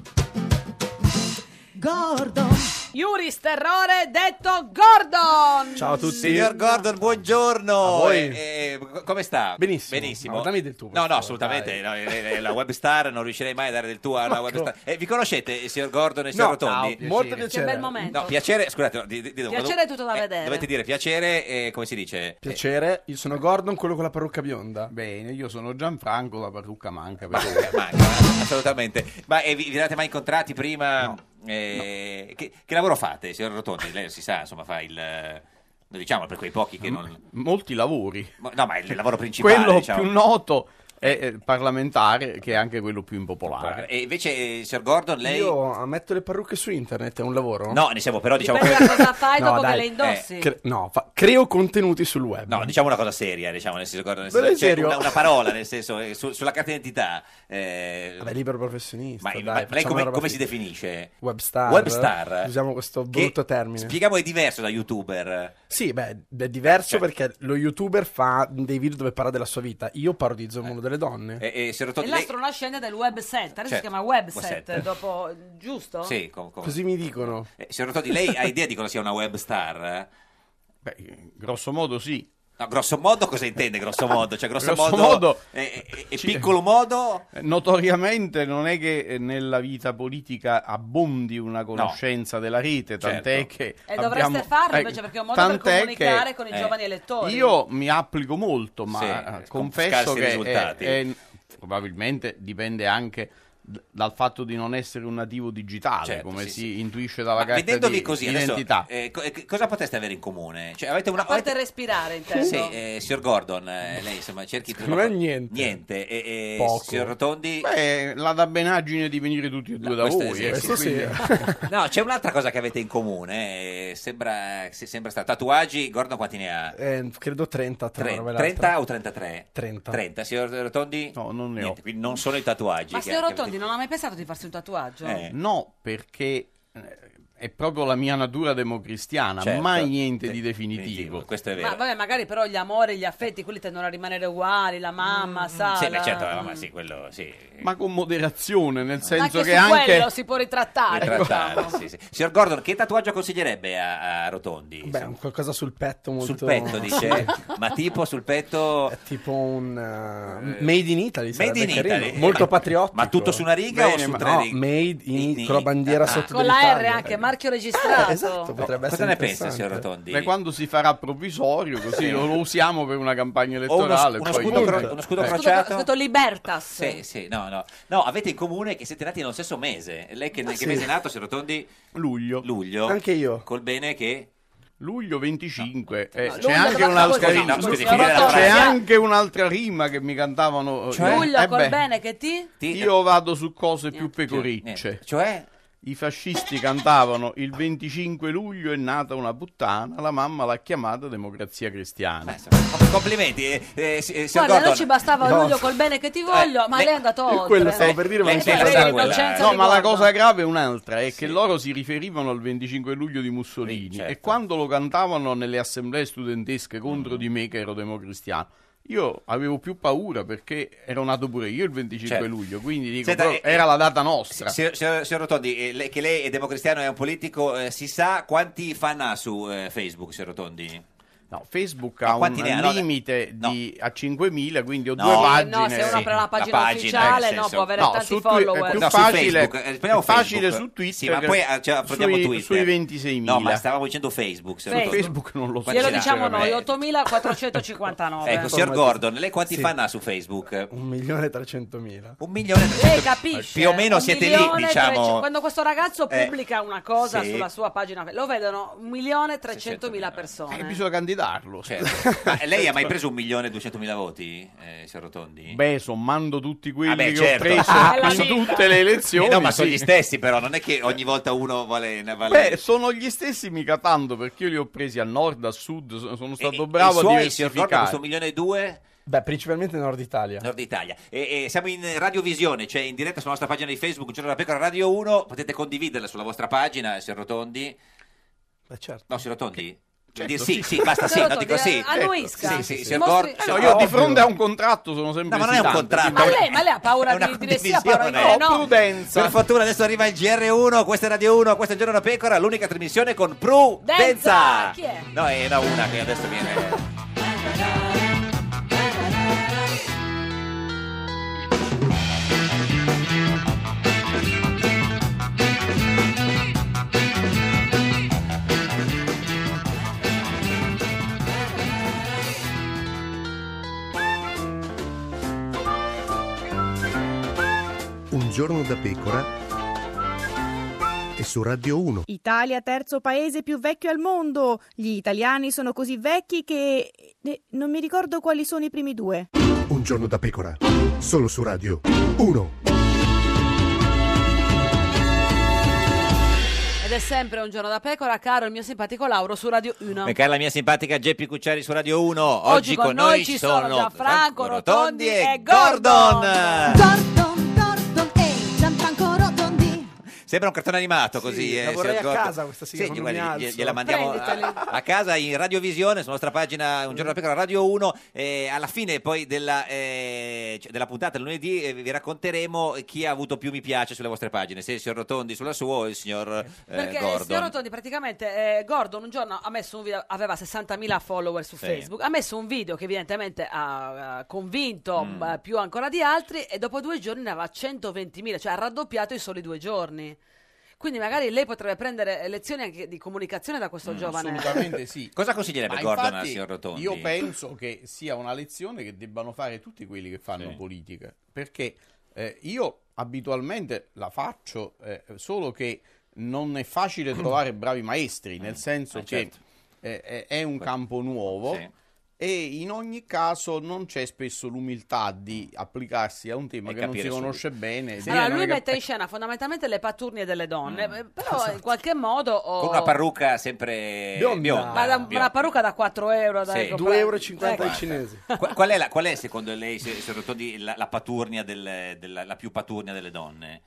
Gordon. Iuris Terrore, detto Gordon. Ciao a tutti. Signor Gordon, buongiorno. A voi. Eh, eh, come sta? Benissimo. Benissimo. No, dammi del tu, per No, no, favore, assolutamente. dai. no, eh, eh, la webstar non riuscirei mai a dare del tu a una Ma webstar. come? Eh, vi conoscete, signor Gordon e signor No, Rotondi? ciao, molto Che piacere. bel momento. No, piacere, scusate, no, di, di, di- Piacere quando- è tutto da eh, vedere. Dovete dire piacere, eh, come si dice? Piacere, io sono Gordon, quello con la parrucca bionda. Bene, io sono Gianfranco, la parrucca manca. Ma, perché- manca, assolutamente. Ma eh, vi, vi eravate mai incontrati prima? Eh, Che, che lavoro fate, signor Rotondi? Lei si sa, insomma, fa il... Lo diciamo per quei pochi che non... Molti lavori. No, ma il lavoro principale, Quello diciamo. più noto è eh, parlamentare, che è anche quello più impopolare. E invece, eh, signor Gordon, lei... Io ammetto le parrucche su internet, è un lavoro? No, ne siamo però, diciamo... Dipende da cosa fai No, dopo dai. che le indossi. Cre- no, fa- creo contenuti sul web. No, diciamo una cosa seria, diciamo, nel senso, Gordon, nel Beh, senso, è c'è serio? una, una parola, nel senso, eh, su- sulla carta d'identità. eh, Vabbè, libero professionista. ma, dai, ma lei facciamo come, una roba come si figa. definisce? Webstar. Webstar. Usiamo questo Che, brutto termine. Spieghiamo, è diverso da YouTuber. Sì, beh, è diverso Cioè- perché lo YouTuber fa dei video dove parla della sua vita. Io parodizzo il mondo delle donne. E, e signor E Rotondi, lei... l'astro nascente del webset, adesso si Certo, chiama webset, webset. dopo, giusto? Sì, com- com- Così mi dicono. Eh, signor Rotondi, lei ha idea di cosa sia una webstar? Beh, grosso modo sì. No, grosso modo cosa intende grosso modo? Cioè grosso, Grosso modo, modo, e, e- e piccolo modo? Notoriamente non è che eh, nella vita politica abbondi una conoscenza della rete, tant'è Certo. che E dovreste abbiamo- farlo eh, invece perché è un modo per tant'è comunicare che- con i eh, giovani elettori. Io mi applico molto, ma Sì, eh, con confesso scarsi che risultati. è- è- probabilmente dipende anche d- dal fatto di non essere un nativo digitale, Certo, come sì, si sì. intuisce dalla Ma carta vedendovi di così adesso, identità. eh, co- eh, cosa potreste avere in comune? Cioè, avete una A parte respirare, intendo. Sì, eh, signor Gordon, eh, lei insomma cerchi Non è niente. niente e, e Poco. signor Rotondi Beh, la dabbenaggine di venire tutti e due da questo voi. è- eh, sì, sì, quindi- no, c'è un'altra cosa che avete in comune, eh, sembra, se- sembra sta tatuaggi. Gordon quanti ne ha? Eh, credo trenta. tra una Tre- roba e trenta l'altra. o trentatré? trenta. trenta, signor Rotondi? No, non ne ho. Niente, quindi non sono i tatuaggi. Ma che- signor che Rotondi, avete- non ha mai pensato di farsi un tatuaggio? Eh. No, perché eh, è proprio la mia natura democristiana, Certo. mai niente Sì, di definitivo. Questo è vero. Ma vabbè, magari però gli amori, gli affetti, quelli tendono a rimanere uguali, la mamma, sa. Sì, la- beh, certo, no, ma sì, quello sì. Ma con moderazione, nel senso Anche che su anche... quello si può ritrattare. Ritrattare, diciamo. sì, sì. Signor Gordon, che tatuaggio consiglierebbe a, a Rotondi? Beh, un qualcosa sul petto molto... Sul petto, dice? Ma tipo sul petto... È tipo un uh, made in Italy, Made sarebbe in carino. Italy. Molto Ma- patriottico. ma tutto su una riga o Bene, su ma tre no, righe? made in, In- con la bandiera ah. sotto Con la R dell'Italia. anche, marchio registrato. Eh, esatto, potrebbe Cosa essere ne pensa, interessante. signor Rotondi? Beh, quando si farà provvisorio, così Sì. lo, lo usiamo per una campagna O uno, elettorale. uno poi- scudo, cro- Eh. uno scudo Eh. Scudo, crociato? scritto Libertas. Sì, sì, no, no. No, avete in comune che siete nati nello stesso mese. Lei che, Ah, che sì. mese è nato, signor Rotondi? Luglio. Luglio. Anche io. Col bene che... Luglio venticinque. Eh, No, c'è luglio anche dove- un'altra scusi, rima. no, scusi, Signor finire la Rotondi, C'è frase. anche un'altra rima che mi cantavano. Cioè? Luglio Eh col beh, bene che ti... Ti- Io vado su cose più Niente. pecoricce. Cioè? I fascisti cantavano il venticinque luglio è nata una puttana, la mamma l'ha chiamata democrazia cristiana. Eh, insomma, complimenti, eh, eh, si- eh, signor Guarda, a noi Gordon. ci bastava No. luglio col bene che ti voglio, ma lei- lei è andato oltre. quello stavo per dire, ma lei non sei so la cosa- sa quella- Innocenza No, di ma la Gordon. cosa grave è un'altra, è che Sì. loro si riferivano al venticinque luglio di Mussolini Sì, certo. e quando lo cantavano nelle assemblee studentesche contro di me che ero democristiano, io avevo più paura perché ero nato pure io il venticinque Certo. luglio, quindi dico, Senta, però, eh, era la data nostra. Signor, signor- signor Rotondi, eh, lei- che lei è democristiano e è un politico, eh, si sa quanti fan ha su eh, Facebook, signor Rotondi? No, Facebook Ma ha un quanti ne ha? No, limite no. di, a cinquemila, quindi ho No. due Eh, pagine. No, se uno Sì, apre la pagina, la pagina, ufficiale, nel no, senso- può avere No, tanti su Twi- follower. è più No, su facile, Facebook, eh, è prendiamo facile Facebook. su Twitter. Sì, ma poi eh, cioè, affrontiamo sui, Twitter. sui ventiseimila. No, ma stavamo dicendo Facebook, signor Facebook. Rotondi. Facebook non lo so. Quanti Glielo ce n'ha? diciamo noi, Eh, ottomilaquattrocentocinquantanove. Ecco, signor Gordon, lei quanti Sì. fan ha su Facebook? Un milione e trecentomila. Un milione e Lei trecento- capisce? Più o meno Un siete lì, milione e diciamo. trecento Quando questo ragazzo Eh, pubblica una cosa sì. sulla sua pagina, lo vedono un milione e trecentomila persone. Eh, bisogna candidarlo. Certo. Ma lei ha mai preso un milione e duecentomila voti, eh, signor Rotondi? Beh, sommando tutti quelli Ah, beh, che certo. ho preso Bella in vita. tutte le elezioni. Eh no, ma sono sì. gli stessi però, non è che ogni volta uno vuole... ne vale- Beh, sono gli stessi mica tanto, perché io li ho presi a nord, a sud, so- sono E- stato e- bravo i a suoi, signor Gordon, diversificare. questo milione e due... Beh, principalmente Nord Italia. Nord Italia. E, e siamo in radiovisione, cioè in diretta sulla nostra pagina di Facebook, Un Giorno da Pecora Radio uno, potete condividerla sulla vostra pagina, signor Rotondi. Beh, certo. No, signor Rotondi? Certo, Dire sì, sì. sì, basta sì, Signor no, dico Rotondi, sì. annuisca. Sì, sì, Si signor mostri- Gordon. Eh no, signor io di Gordon. fronte a un contratto sono sempre No, ma non è un esitante, contratto. quindi- Ma lei, ma lei ha paura È una di dire sì, ha paura di condivisione. dire No, no. prudenza. Per fortuna adesso arriva il G R uno, questa è Radio uno, questo è Un Giorno da Pecora, l'unica trasmissione con prudenza. Denza! Chi è? No, era una che adesso viene... Un giorno da pecora e su Radio uno. Italia, terzo paese più vecchio al mondo. Gli italiani sono così vecchi che... eh, non mi ricordo quali sono i primi due. Un giorno da pecora, solo su Radio uno. Ed è sempre Un Giorno da Pecora, caro il mio simpatico Lauro su Radio uno. E cara la mia simpatica Geppi Cucciari su Radio uno. Oggi con noi ci sono Gianfranco Rotondi e Gordon. Gordon, Gordon e Gianfranco Rotondi. Sembra un cartone animato così. Sì, eh, la vorrei signor a Gordon. casa questa sigla, Sì, non guardi, mi alzo. glie- gliela mandiamo a, a casa in radiovisione sulla nostra pagina Un giorno da pecora Radio uno. Eh, alla fine poi della, eh, cioè, della puntata lunedì eh, vi racconteremo chi ha avuto più mi piace sulle vostre pagine, se il signor Rotondi sulla sua o il signor eh, Perché il Gordon. signor Rotondi praticamente eh, Gordon un giorno ha messo un video, aveva sessantamila follower su Sì. Facebook, ha messo un video che evidentemente ha ha convinto Mm. eh, più ancora di altri e dopo due giorni ne aveva centoventimila, cioè ha raddoppiato in soli due giorni. Quindi magari lei potrebbe prendere lezioni anche di comunicazione da questo giovane. Assolutamente sì. Cosa consiglierebbe Ma Gordon al infatti signor Rotondi? Io penso che sia una lezione che debbano fare tutti quelli che fanno Sì. politica, perché eh, io abitualmente la faccio, eh, solo che non è facile trovare bravi maestri, nel senso Eh, che certo. eh, è- è un campo nuovo. Sì. E in ogni caso non c'è spesso l'umiltà di applicarsi a un tema E che non si capire conosce bene. e Allora, dire, lui non è mette che- in scena fondamentalmente le paturnie delle donne, Mm. eh, però in qualche modo... oh, Con una parrucca sempre Bionda. bionda. ma da- bionda. una parrucca da quattro euro. Da Sì. comprare. due euro e cinquanta Ecco. ai cinesi. Qua- Qual è, la- qual è secondo lei, signor Rotondi, la, la paturnia del- della, la più paturnia delle donne?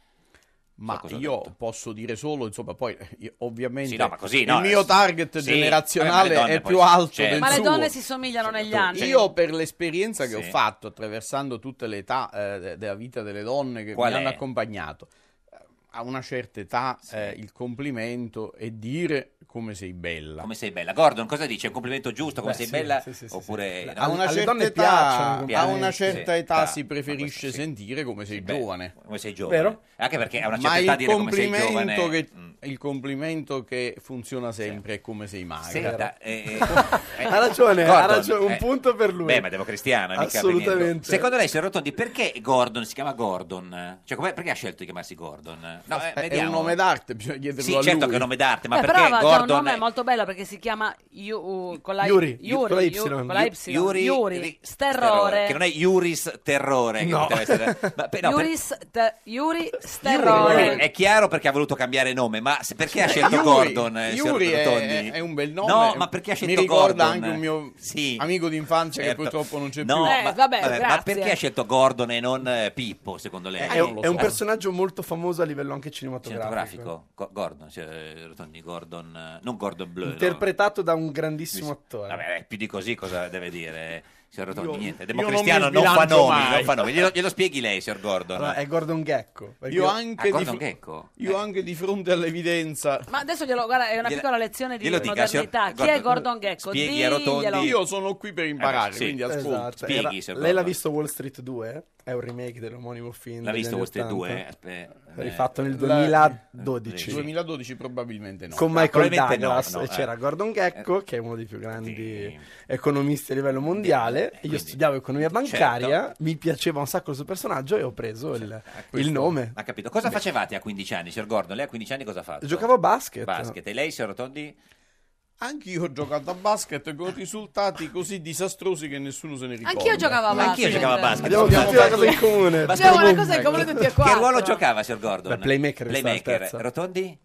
Ma cosa ho io detto? posso dire solo, insomma, poi io, ovviamente Sì, no, ma così, il no, mio eh, target sì, generazionale eh, ma le donne è poi- più alto certo. del Ma le suo. donne si somigliano negli anni. Io per l'esperienza che Sì. ho fatto attraversando tutte le età eh, de- della vita delle donne che Qual mi hanno è? accompagnato, eh, a una certa età eh, il complimento è dire come sei bella. Come sei bella? Gordon, cosa dice? È un complimento giusto? Come Beh, sei sì, bella? sì, sì, sì, Oppure... sì. A una, Alle certa donne età, piacciono i a una complimenti. certa Sì, età ah, si ma preferisce questo sì. sentire come sei Beh, giovane. Come sei giovane. Vero? Anche perché a una certa Ma età il dire come sei complimento, giovane... che, il complimento che funziona sempre è come sei magra. Senta, eh, eh, Ha ragione, ha Gordon, ragione, un eh, punto per lui. Beh, ma è democristiano, è mica Assolutamente. veniendo. Secondo lei, signor Rotondi, perché Gordon si chiama Gordon? Cioè, com'è- perché ha scelto di chiamarsi Gordon? No, eh, È- è vediamo. un nome d'arte, bisogna chiederlo Sì, a certo lui. che è un nome d'arte, ma Eh, perché però aveva già un Gordon... nome è- molto bello perché si chiama Yu- con la Yuri, Yuri, con la Y. Yu- con la Y. Yuri, Yuri, Ri- Sterrore. Che non è Iuris Terrore. Che No. poteva essere... Ma, per- no, per- Yuris te- Yuri Yuri, Sterrore. è chiaro perché ha voluto cambiare nome, ma se- perché ha scelto Yuri- Gordon? eh, signor Yuri è, Rotondi? è un bel nome. No, ma perché ha scelto Mi ricorda Gordon? anche un mio Sì. amico d'infanzia Certo. che purtroppo non c'è No, più. Eh, ma, vabbè, ma grazie. perché ha scelto Gordon e non eh, Pippo, secondo lei? È, Eh, un- non lo è un so. personaggio molto famoso a livello anche cinematografico. Cinematografico? Go- Gordon, cioè, Rotondi, Gordon, eh, non Gordon Bleu. no? Interpretato da un grandissimo attore. Vabbè, eh, più di così cosa deve dire? Signor Rotondi, Io- niente. io Democristiano non mi non, fa sbilancio nomi, mai. non fa nomi. Glielo, glielo spieghi lei, signor Gordon. Allora, è Gordon Gecko. perché Io io- anche, Ah, di, Gordon fr- Gecko? io Eh. anche di fronte all'evidenza. Ma adesso glielo, guarda, è una Gliela- piccola lezione di glielo dica, signor- modernità. Chi è Gordon, Gordon Gecko? spieghi a Rotondi- Diglielo. Io sono qui per imparare, Eh, sì. quindi ascolto. Esatto. Spieghi, Era- signor lei l'ha Gordon. visto Wall Street due? È un remake dell'omonimo film. L'ha degli visto anni queste ottanta. due? Aspe- eh, Rifatto nel La- duemiladodici. Sì. duemiladodici probabilmente no. Con No, Michael probabilmente no, Douglas no, e eh. c'era Gordon Gecko che è uno dei più grandi Sì. economisti a livello mondiale. Eh, Io quindi- studiavo economia bancaria, Certo. mi piaceva un sacco il suo personaggio e ho preso il, questo- il nome. Ha capito. Cosa facevate a quindici anni, signor Gordon? Lei a quindici anni cosa ha fatto? Giocavo a basket. Basket. E lei, signor Rotondi? Anche io ho giocato a basket con risultati così disastrosi che nessuno se ne ricorda. Anch'io giocavo a basket. Anch'io giocavo a basket. Abbiamo Abbiamo tutti una fatto- cosa in comune. Ma Abbiamo una scusi, cosa in comune tutti e Che quattro. ruolo giocava, signor Gordon? Beh, playmaker, questa è la Playmaker. terza. Rotondi?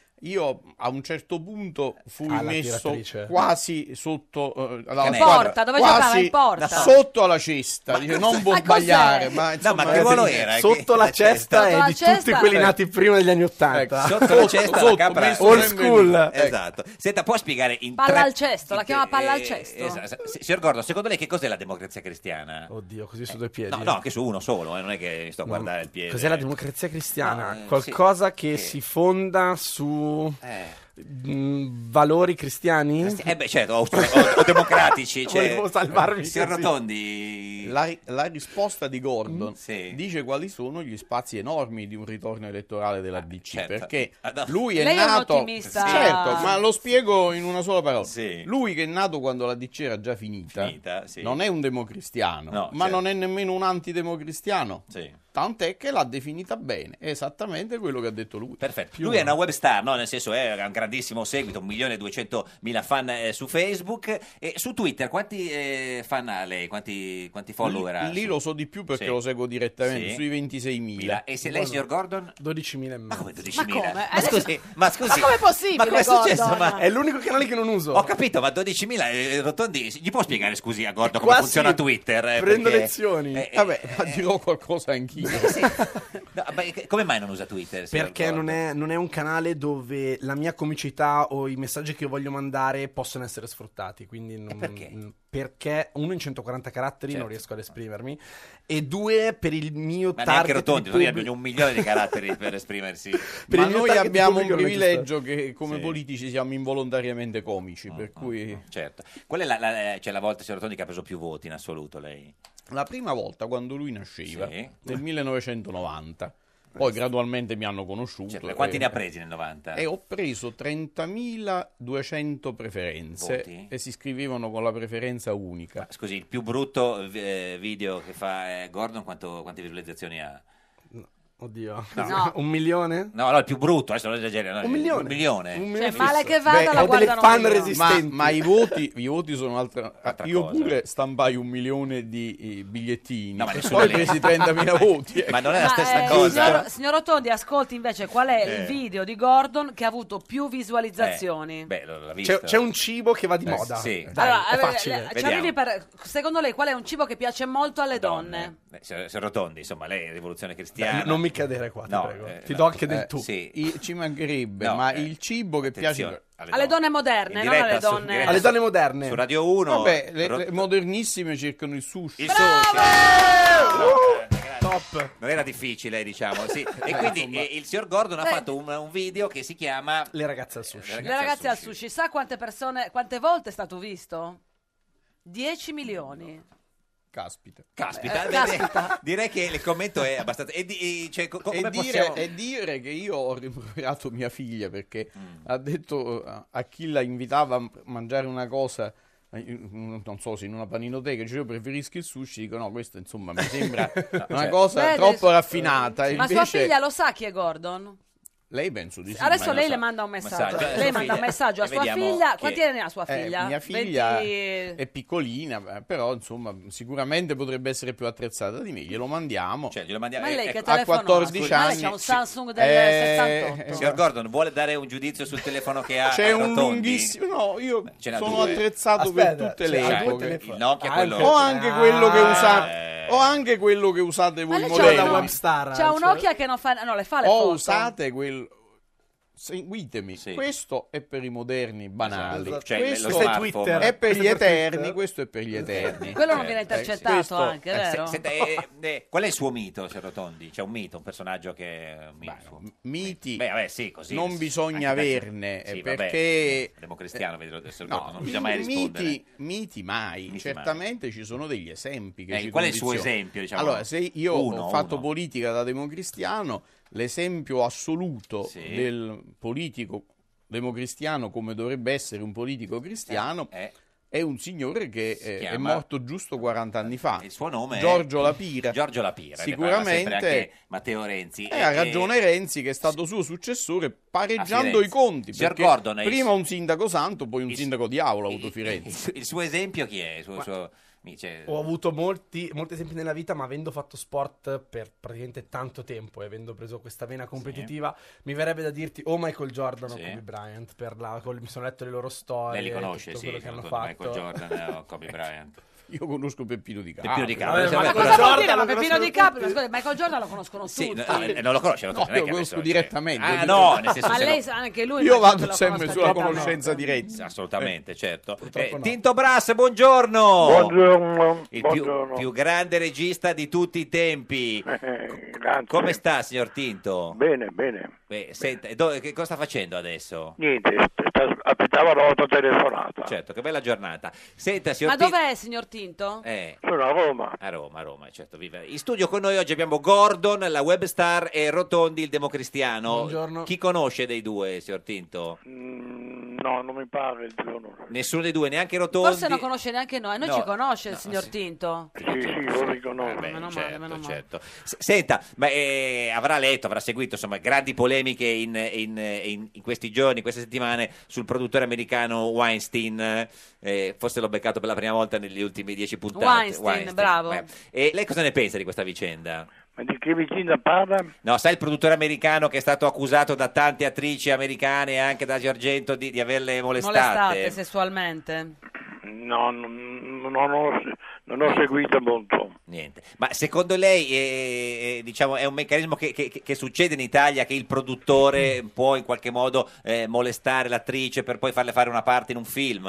Io a un certo punto fui Ah, la messo tiratrice. quasi sotto eh, alla Canestro. Porta, dove giocava? quasi In porta. sotto alla cesta. Dice, non può Ma cos'è? sbagliare, ma No, insomma, ma che ruolo era? Sotto Che- la cesta Sotto è la di cesta. tutti quelli nati prima degli anni ottanta. Ecco, Sotto la cesta la sotto, capra. messo Old sempre school. lì. Ecco. Esatto. Senta, può spiegare in Palla tre... al cesto, la chiama palla al Eh, cesto. esatto. S- Signor Gordon, secondo lei che cos'è la democrazia cristiana? Oddio, così su due piedi. No, no, anche su uno solo, eh, non è che sto a guardare il piede. Cos'è la democrazia cristiana? No, eh, Qualcosa sì, che che- si fonda su Eh. mh, valori cristiani? Eh beh, certo, o, o- o democratici. Cioè, Volevo salvarmi signor così. Rotondi... La, la risposta di Gordon Mm, sì. dice quali sono gli spazi enormi di un ritorno elettorale della D C, certo. perché Ah, no. lui è Lei è un nato ottimista. certo, ma lo spiego in una sola parola. Sì. Lui che è nato quando la D C era già finita, Finita, sì. non è un democristiano, No, ma certo. non è nemmeno un antidemocristiano. Sì. Tant'è che l'ha definita bene, è esattamente quello che ha detto lui. Perfetto. Lui è una web star, no? Nel senso è un grandissimo seguito, un milione e duecentomila fan eh, su Facebook e su Twitter. Quanti eh, fan ha lei? Quanti, quanti follower ha? Lì, lì su- lo so di più perché Sì. lo seguo direttamente, Sì. sui ventiseimila. E se lei, signor Gordon? dodicimila e mezzo. Ma come dodicimila? Ma come? Ma Adesso- scusi, ma scusi. Ma com'è possibile, Ma come è successo? Gordon? Ma- È l'unico canale che non uso. Ho capito, ma dodicimila eh, Rotondi, gli può spiegare, scusi, a Gordon come Qua funziona sì, Twitter? eh, prendo perché- lezioni. eh, eh, Vabbè, ma dirò qualcosa anch'io. No, ma come mai non usa Twitter? signor Perché Gordon? non è, non è un canale dove la mia comicità o i messaggi che io voglio mandare possono essere sfruttati. Quindi non, perché? Perché uno in centoquaranta caratteri Certo. non riesco ad esprimermi e due per il mio Ma target neanche Rotondi, di noi pubblico- abbiamo un milione di caratteri per esprimersi. Per Ma il mio noi target di abbiamo un pubblico non privilegio che come Sì. politici siamo involontariamente comici, per cui... Certo. Qual è la, la, cioè la volta, signor Rotondi, che ha preso più voti in assoluto lei? La prima volta quando lui nasceva, Sì. nel millenovecentonovanta, poi gradualmente mi hanno conosciuto. Certo, quanti e- ne ha presi nel novanta? E ho preso trentamiladuecento preferenze Voti? e si iscrivevano con la preferenza unica. Scusi, il più brutto eh, video che fa eh, Gordon, quanto, quante visualizzazioni ha? Oddio, No. un milione? No, no, il più brutto, adesso non esageriamo. no, Un milione. Un milione. Un Cioè, milione male fisso. che vada, Beh, la ho delle guardano fan milioni. resistenti. Ma, ma i voti i voti sono altra, Altra io cosa. pure stampai un milione di eh, bigliettini No, ma e nessuno poi li- ho presi trentamila voti. Ma non è la Ma, stessa eh, cosa. Signor, signor Rotondi, ascolti invece qual è Eh. il video di Gordon che ha avuto più visualizzazioni. Eh, beh, l'ho l'ho visto. C'è, c'è un cibo che va di Eh, moda. sì. Dai, allora, è eh, facile. eh, ci Vediamo. arrivi per- secondo lei qual è un cibo che piace molto alle donne? Eh, signor signor Rotondi, insomma, lei è rivoluzione cristiana. Dai, non mi cadere qua, ti No, prego. eh, Ti no. do anche del Eh, tu. Sì. I- ci mancherebbe, No, ma eh, il cibo che attenzione, piace Alle donne moderne, In non diretta alle su- donne... diretta Alle su- donne moderne. Su Radio uno. Vabbè, le, Ro- le modernissime cercano il sushi. il sushi. No, Top. non era difficile, diciamo, sì. E quindi eh, il signor Gordon ha Eh. fatto un, un video che si chiama Le ragazze al sushi. Le Le ragazze al sushi, sa quante persone, quante volte è stato visto? dieci milioni. Caspita. Caspita, Eh, beh, caspita. direi che il commento è abbastanza. E, di- e, cioè, co- E come dire, possiamo... e dire che io ho rimproverato mia figlia perché Mm. ha detto eh, a chi la invitava a mangiare una cosa, eh, non so se in una paninoteca, dice, io preferisco il sushi, dico no, questo insomma mi sembra una cioè- cosa Vede, troppo su- raffinata. Ma Invece, sua figlia lo sa chi è Gordon? lei penso di sì. Adesso ma lei io le so- manda un messaggio. Messaggio, eh, Lei sua manda un figlia. messaggio a E sua vediamo figlia. che- Quanti anni ha sua Eh, figlia? mia figlia venti è piccolina, eh, però insomma sicuramente potrebbe essere più attrezzata di me. Glielo mandiamo. Cioè, glielo mandiamo. Ma lei eh, che ecco, a telefono ha? quattordici Scusi, ma lei anni, c'ha un sì. Samsung del Eh, sessantotto. Signor Gordon, vuole dare un giudizio sul telefono che ha C'è eh, un Rotondi? lunghissimo. No, io ce n'ha sono due. attrezzato Aspetta, per tutte cioè, le ha due epoche. telefoni. Il Nokia, Ah, quello... Ho anche quello che Ah. usate. Ho anche quello che usate Ma voi lei c'ha moderni. la una- Webstar, C'ha un cioè. Nokia che non fa, no, le fa le Ho foto. usate quel. Seguitemi, Sì. questo è per i moderni banali, Esatto. Cioè, questo lo è smartphone. Twitter. è per gli Questo è per eterni, Twitter. questo è per gli eterni. Quello non Eh, viene eh, intercettato questo- anche, Eh, se- vero? senta, eh, eh, qual è il suo mito, signor Rotondi? C'è un mito, un personaggio che... un mito. Miti Beh, vabbè, sì, così. non sì. bisogna Anche perché- averne, sì, eh, vabbè, perché democristiano, vedo adesso il no, Gordon, non bisogna mai rispondere. miti, miti mai, Miti certamente ci sono degli esempi che Eh, ci qual è il suo condizionano. esempio, diciamo? Allora, se io Uno, ho fatto uno. politica da democristiano, l'esempio assoluto Sì. del politico democristiano come dovrebbe essere un politico cristiano Eh, è un signore che Si eh, è chiama? morto giusto quaranta anni fa. il suo nome Giorgio è... Lapira. Giorgio Lapira. ne parla sempre Sicuramente anche Matteo Renzi. E E- ha e- ragione Renzi che è stato suo successore A pareggiando Firenze. i conti. Signor Perché Gordon, il- prima un sindaco santo, poi un il- sindaco diavolo ha avuto il- Firenze. Il, suo- il suo esempio chi è? Il suo, suo- mi- cioè- Ho avuto molti, molti esempi nella vita, ma avendo fatto sport per praticamente tanto tempo e avendo preso questa vena competitiva, mi verrebbe da dirti o Michael Jordan Sì. o Kobe Bryant. Per la, col- mi sono letto le loro storie. Lei li conosce, tutto sì, quello che hanno Michael fatto. Jordan o Kobe Bryant. Io conosco Peppino Di Caprio. Peppino Di Caprio. Vabbè, Sì, ma Ma vabbè, cosa però- vuol dire? Ma Jordan lo Peppino Di conoscono Caprio, scusa, Michael Jordan lo conoscono Sì, tutti. no, eh, non lo conosce, No, non è io che lo conosco adesso, cioè- direttamente. Ah, Io no, dico- nel senso Ma se lei lo- sa anche lui. Io immagino vado che lo sempre conosca sulla direttamente. conoscenza diretta. Assolutamente, certo. Purtroppo Eh, no. Tinto Brass, buongiorno. Buongiorno. Il più, buongiorno. più grande regista di tutti i tempi. Eh, grazie. Come sta, signor Tinto? Bene, bene. Beh, senta, dove- che cosa sta facendo adesso? Niente, sta- aspettavo la vostra telefonata. Certo, che bella giornata. Senta, signor Ma Tinto... dov'è, signor Tinto? Eh, Sono a Roma. a Roma, a Roma, certo, vive. In studio con noi oggi abbiamo Gordon, la webstar, e Rotondi, il democristiano. Buongiorno. Chi conosce dei due, signor Tinto? Mm, no, non mi pare il giorno. Nessuno dei due, neanche Rotondi? Forse non conosce neanche noi. Noi No, ci conosce il no, signor sì. Tinto. Sì, sì, lo riconosco. Eh beh, Meno male, certo, meno male. certo. S- Senta, ma eh, avrà letto, avrà seguito insomma grandi polemiche in, in- in- in questi giorni, in queste settimane sul produttore americano Weinstein. Eh, forse l'ho beccato per la prima volta negli ultimi dieci puntate. Weinstein, bravo. eh. E lei cosa ne pensa di questa vicenda? Ma di che vicenda parla? No, sai il produttore americano che è stato accusato da tante attrici americane e anche da Dario Argento di, di averle molestate? Molestate sessualmente. No, non, non ho, non ho seguito molto. Niente. Ma secondo lei eh, eh, diciamo, è un meccanismo che, che- che succede in Italia, che il produttore può in qualche modo eh, molestare l'attrice per poi farle fare una parte in un film?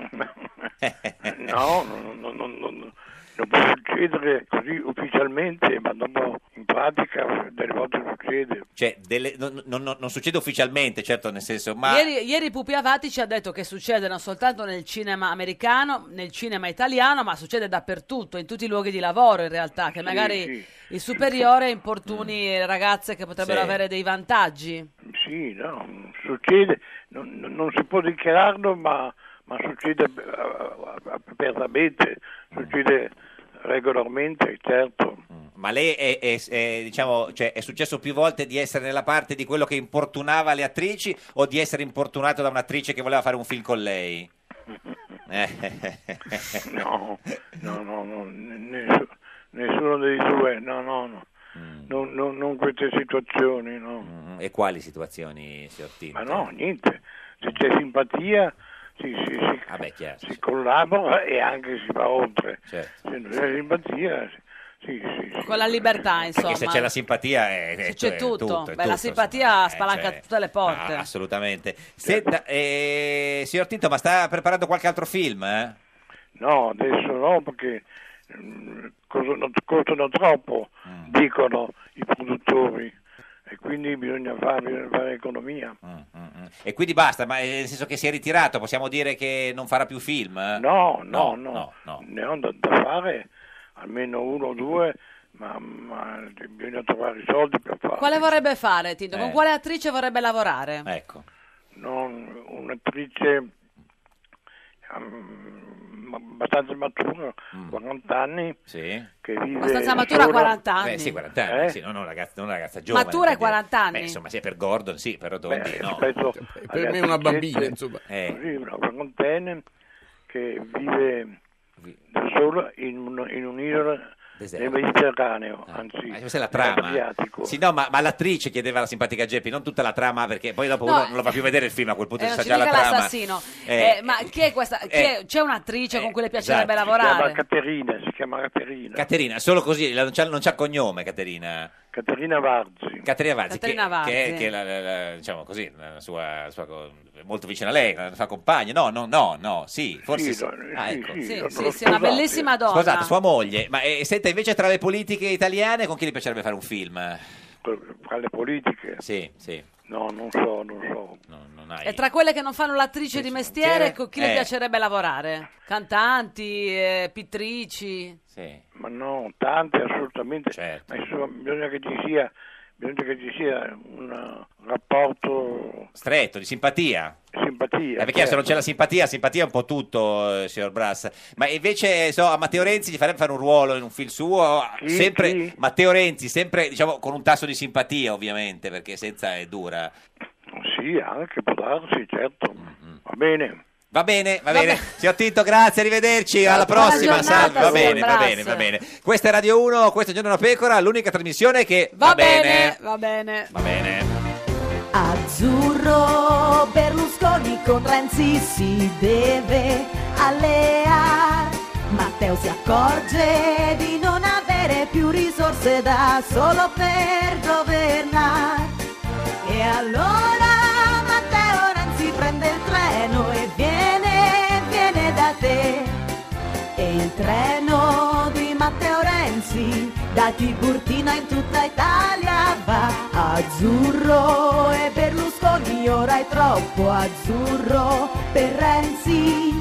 No, non, non, non, non- non può succedere così ufficialmente, ma dopo in pratica delle volte succede. Cioè, delle- non, non- non succede ufficialmente, certo, nel senso, ma... Ieri, ieri Pupi Avati ci ha detto che succede non soltanto nel cinema americano, nel cinema italiano, ma succede dappertutto, in tutti i luoghi di lavoro in realtà, che Sì, magari sì. il superiore importuni ragazze che potrebbero Sì. avere dei vantaggi. Sì, no, succede, non, non- non si può dichiararlo, ma, ma succede eh, apertamente, succede regolarmente, certo. Ma lei è, è- è, diciamo, cioè, è successo più volte di essere nella parte di quello che importunava le attrici o di essere importunato da un'attrice che voleva fare un film con lei? Eh. No, no, no, no, nessuno, nessuno dei due, no, no, no. Non, non- non queste situazioni, no. Mm, E quali situazioni, signor Tinto? Ma no, niente. Se c'è simpatia si, si, si, Vabbè, chiaro. si collabora e anche si va oltre. Certo. Se non c'è simpatia, sì, sì, sì. Con la libertà, insomma. E se c'è la simpatia è, è- Se c'è è tutto. tutto, è Beh, la tutto, simpatia insomma. Eh, spalanca cioè, tutte le porte. ah, assolutamente. Senta, eh, signor Tinto, ma sta preparando qualche altro film? Eh? No, adesso no, perché mm, costano, costano troppo, Mm. dicono i produttori, e quindi bisogna fare, bisogna fare economia. E quindi basta, ma eh, nel senso che si è ritirato, possiamo dire che non farà più film? eh? No, no, no, no, no. ne ho da, da fare almeno uno o due, ma, ma bisogna trovare i soldi per farlo. Quale vorrebbe fare, Tinto? Con Eh. quale attrice vorrebbe lavorare? Ecco. Non un'attrice um, abbastanza matura, quaranta anni, Sì. che vive Abbastanza matura a sola. quaranta anni. Beh, sì, quaranta anni, Eh? sì, non una ragazza, non una ragazza giovane. Matura e per dire. quaranta anni. Beh, insomma, sì, per Gordon, sì, per Rotondi, Beh, no. rispetto Per alle me è una attricette, bambina, insomma. Eh. Così, una quarantenne che vive da sola in, un- in un'isola Deserto. nel Mediterraneo, anzi, Ah, questa è la trama. nell'Adriatico. Sì, no, ma, ma l'attrice chiedeva alla simpatica Geppi, non tutta la trama, perché poi dopo No, uno non lo fa più vedere il film, a quel punto Eh, si non sa ci già la dica trama. l'assassino. Eh, Eh, ma chi è questa? chi è- c'è un'attrice con cui le piacerebbe esatto. Si chiama lavorare? Caterina, si chiama Caterina. Caterina, solo così, la- non c'ha, non c'ha cognome Caterina. Caterina Varzi. Caterina Varzi, Caterina che, Varzi. che è, che è la, la- la- diciamo così, la sua, la sua co- molto vicina a lei, la sua compagna. No, no, no, no, sì, forse Sì, sì. no, Ah, sì, ecco. sì, Sì, lo- sì, lo sì, una scusate. bellissima donna. Scusate, sua moglie. Ma eh, senta, invece tra le politiche italiane, con chi le piacerebbe fare un film? Tra le politiche? Sì, sì. No, non so, non so. No, non hai... E tra quelle che non fanno l'attrice di mestiere, mestiere? con chi le Eh. piacerebbe lavorare? Cantanti, eh, pittrici? Sì. Ma no, tante assolutamente. Certo. Ma insomma, bisogna che ci sia, bisogna che ci sia un rapporto Stretto, di simpatia. simpatia. Eh, perché se non certo. c'è la simpatia, simpatia è un po' tutto, eh, signor Brass. Ma invece, so, a Matteo Renzi gli farebbe fare un ruolo in un film suo? Chi? Sempre Chi? Matteo Renzi, sempre diciamo con un tasso di simpatia, ovviamente, perché senza è dura. Sì, anche può darsi, certo. Va bene. Va bene, va bene. Signor Tinto, grazie, arrivederci. Alla Buona prossima, giornata, salve. Va signor bene, va Brass. bene, va bene. Questa è Radio uno, questo è Giorno da Pecora, l'unica trasmissione che Va, bene, va bene. Va bene. Azzurro Berlusconi con Renzi si deve alleare. Matteo si accorge di non avere più risorse da solo per governare. E allora Matteo Renzi prende il treno e viene, viene da te. E il treno di Matteo Renzi da Tiburtina in tutta Italia va. Azzurro e Berlusconi ora è troppo azzurro per Renzi.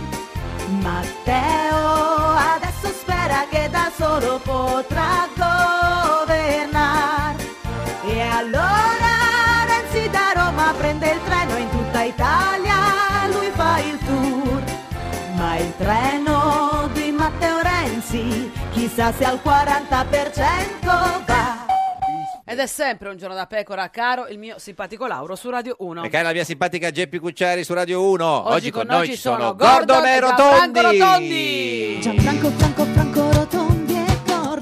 Matteo adesso spera che da solo potrà governare. E allora Renzi da Roma prende il treno in tutta Italia, lui fa il tour. Ma il treno di Matteo Renzi chissà se al quaranta per cento va. Ed è sempre un giorno da pecora, caro il mio simpatico Lauro su Radio uno. E cara la mia simpatica Geppi Cucciari su Radio uno. Oggi, con con noi noi ci sono Gordon Gordon e e Gianfranco Rotondi. Rotondi. Gianfranco, Franco, Franco, Rotondi e Gordo.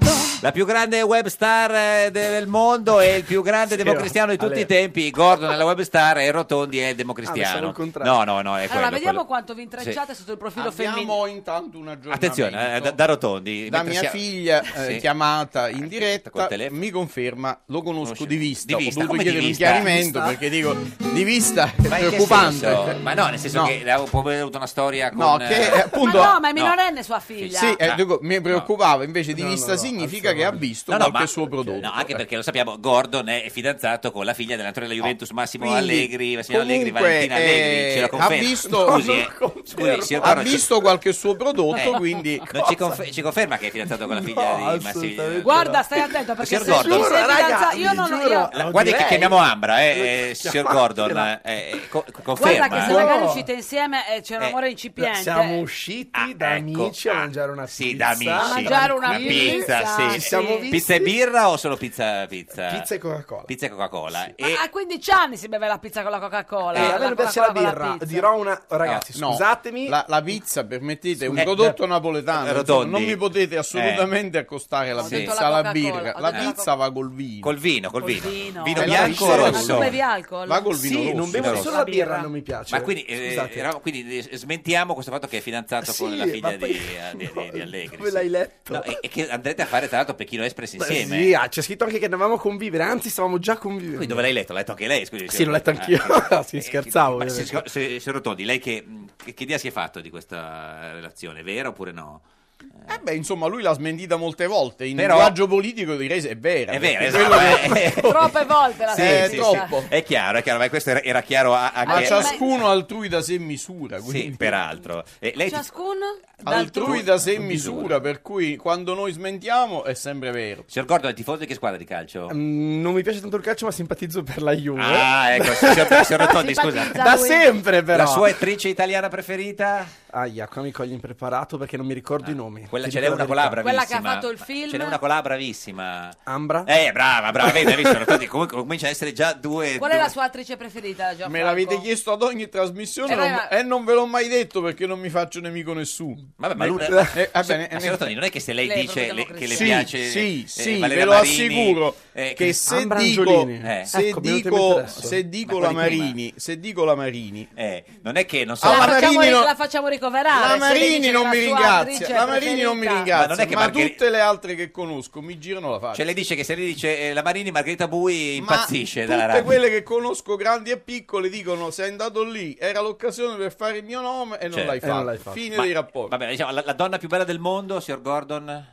La più grande web star eh, del mondo e il più grande democristiano di tutti Ale. i tempi. Gordon è la web star e Rotondi è il Ah, democristiano. pensavo il contrario. no, no, no, è Allora, quello, vediamo quello. quanto vi intrecciate sotto il profilo Abbiamo femminile. intanto un aggiornamento. Attenzione, eh, da, da Rotondi. Da mentre mia sia- figlia eh, Sì. chiamata in diretta col telefono. mi conferma, lo conosco di vista. Di vista, Ho dovuto come di chiedere un vista? chiarimento Vista? perché dico di vista è Ma in che preoccupante. senso? Ma no, nel senso No. che avevo può aver avuto una storia con... No, che eh, appunto Ma no, ma è minorenne sua figlia. Sì, eh, Ah. dico, mi preoccupava, invece di No, vista no, no, significa che ha visto No, no, qualche ma- suo prodotto. No, anche perché lo sappiamo, Gordon è fidanzato con la figlia dell'allenatore della Juventus, Massimo Quindi, Allegri, Massimo Allegri, comunque, Valentina Allegri, ce lo eh, conferma. ha visto, Scusi, eh, scusi, signor ha Gordon, ci- visto qualche suo prodotto, Eh, quindi non ci, confer- ci conferma che è fidanzato con la figlia di Massimo? Guarda, stai attento perché Signor se Gordon. tu sei Giuro, fidanzato, io non giuro. io, La- guardi che chiamiamo Ambra, eh, eh, signor Gordon, eh, eh, co- conferma. guarda che se magari uscite insieme e c'è un Eh, amore incipiente. Siamo usciti da ecco, amici a mangiare una pizza. Sì, da amici. A mangiare una pizza, pizza, sì. ci siamo visti. Pizza e birra o solo pizza pizza? Pizza e Coca-Cola. Pizza e Coca-Cola. Ma E a quindici anni si beve la pizza con la Coca-Cola. Eh, a me non piace la Coca-Cola con birra. pizza. Dirò una. Ragazzi, No, scusatemi. la, la pizza, permettete, è un Eh, prodotto eh, napoletano. Rotondi. insomma, non mi potete assolutamente accostare la Ho detto pizza la alla Coca-Cola, birra. ho La detto la pizza va col vino. Col vino, col vino. vino. Vino Eh, bianco la o pizza- rosso? Ma tu bevi alcol? Va col vino Sì, rosso. non bevo rosso. solo la birra, non mi piace. Ma quindi, eh, Scusate. eravamo- quindi eh, smentiamo questo fatto che è fidanzato con Sì, la figlia ma poi- di, eh, di, di- di Allegri. Dove sì. l'hai letto? No, e, e che andrete a fare tra l'altro Pechino Express Beh, insieme. Sì, ah, c'è scritto anche che dovevamo convivere, anzi stavamo già convivendo. Quindi dove l'hai letto? L'ha letto anche lei? Scusi, Sì, l'ho letto anch'io. Ah, Sì, scherzavo. Ma se, ovviamente. se, se Rotondi, lei che, che, che idea si è fatto di questa relazione? Vera oppure no? Eh beh, insomma, lui l'ha smentita molte volte. In Però- linguaggio politico direi se è vera. È vera, perché esatto, quello che- eh. Troppe volte la Sì, Eh, sì, troppo. sì. È chiaro, è chiaro, ma questo era, era chiaro a- Ma anche... ciascuno altrui da sé misura. Sì, Quindi. peraltro. E lei ti- Ciascuno? Altrui da sé misura, per cui quando noi smentiamo è sempre vero. Signor Gordon, è tifoso di che squadra di calcio? Mm, non mi piace tanto il calcio, ma simpatizzo per la Juve. Ah, ecco, signor, signor Rotondi, scusa. Simpatizza Da lui. sempre, però. La sua attrice italiana preferita? Aia, qua mi cogli impreparato perché non mi ricordo i nomi. Quella, Ti ce n'è dico una la con la verità. Quella che ha bravissima. fatto il film. Ce n'è una con la bravissima. Ambra? Eh, brava, brava, vedi, hai visto? Rotondi, comunque comincia a essere già due... Qual è due- la sua attrice preferita, Gianfranco? Me l'avete chiesto ad ogni trasmissione Eh, non- ma- e non ve l'ho mai detto perché non mi faccio nemico nessuno. Vabbè, ma lui... Eh, va bene, Ma eh, signor Rotondi, non è che se lei Lei è dice proprio le- che le sì, piace sì, eh, sì, Valeria ve lo Marini, assicuro eh, che se Ambra dico, Angiolini. Eh. se, Ecco, mi è venuto in dico mente adesso. se dico Ma la quelli prima. Marini, se dico la Marini, eh, non è che, non so... La, Ah, la facciamo, Marini ri- non- la facciamo ricoverare. la se lei Marini dice non che mi la sua ringrazia, attrice la Marini non mi preferita- ringrazia, Ma non è che ma Margher- tutte le altre che conosco mi girano la faccia. Cioè lei dice che se lei dice eh, la Marini, Margherita Bui Ma impazzisce dalla tutte radio. quelle che conosco grandi e piccole dicono sei andato lì, era l'occasione per fare il mio nome e non Certo. l'hai E fatto. non l'hai fatto. Fine Ma- dei rapporti. Vabbè, diciamo, la, la donna più bella del mondo, signor Gordon?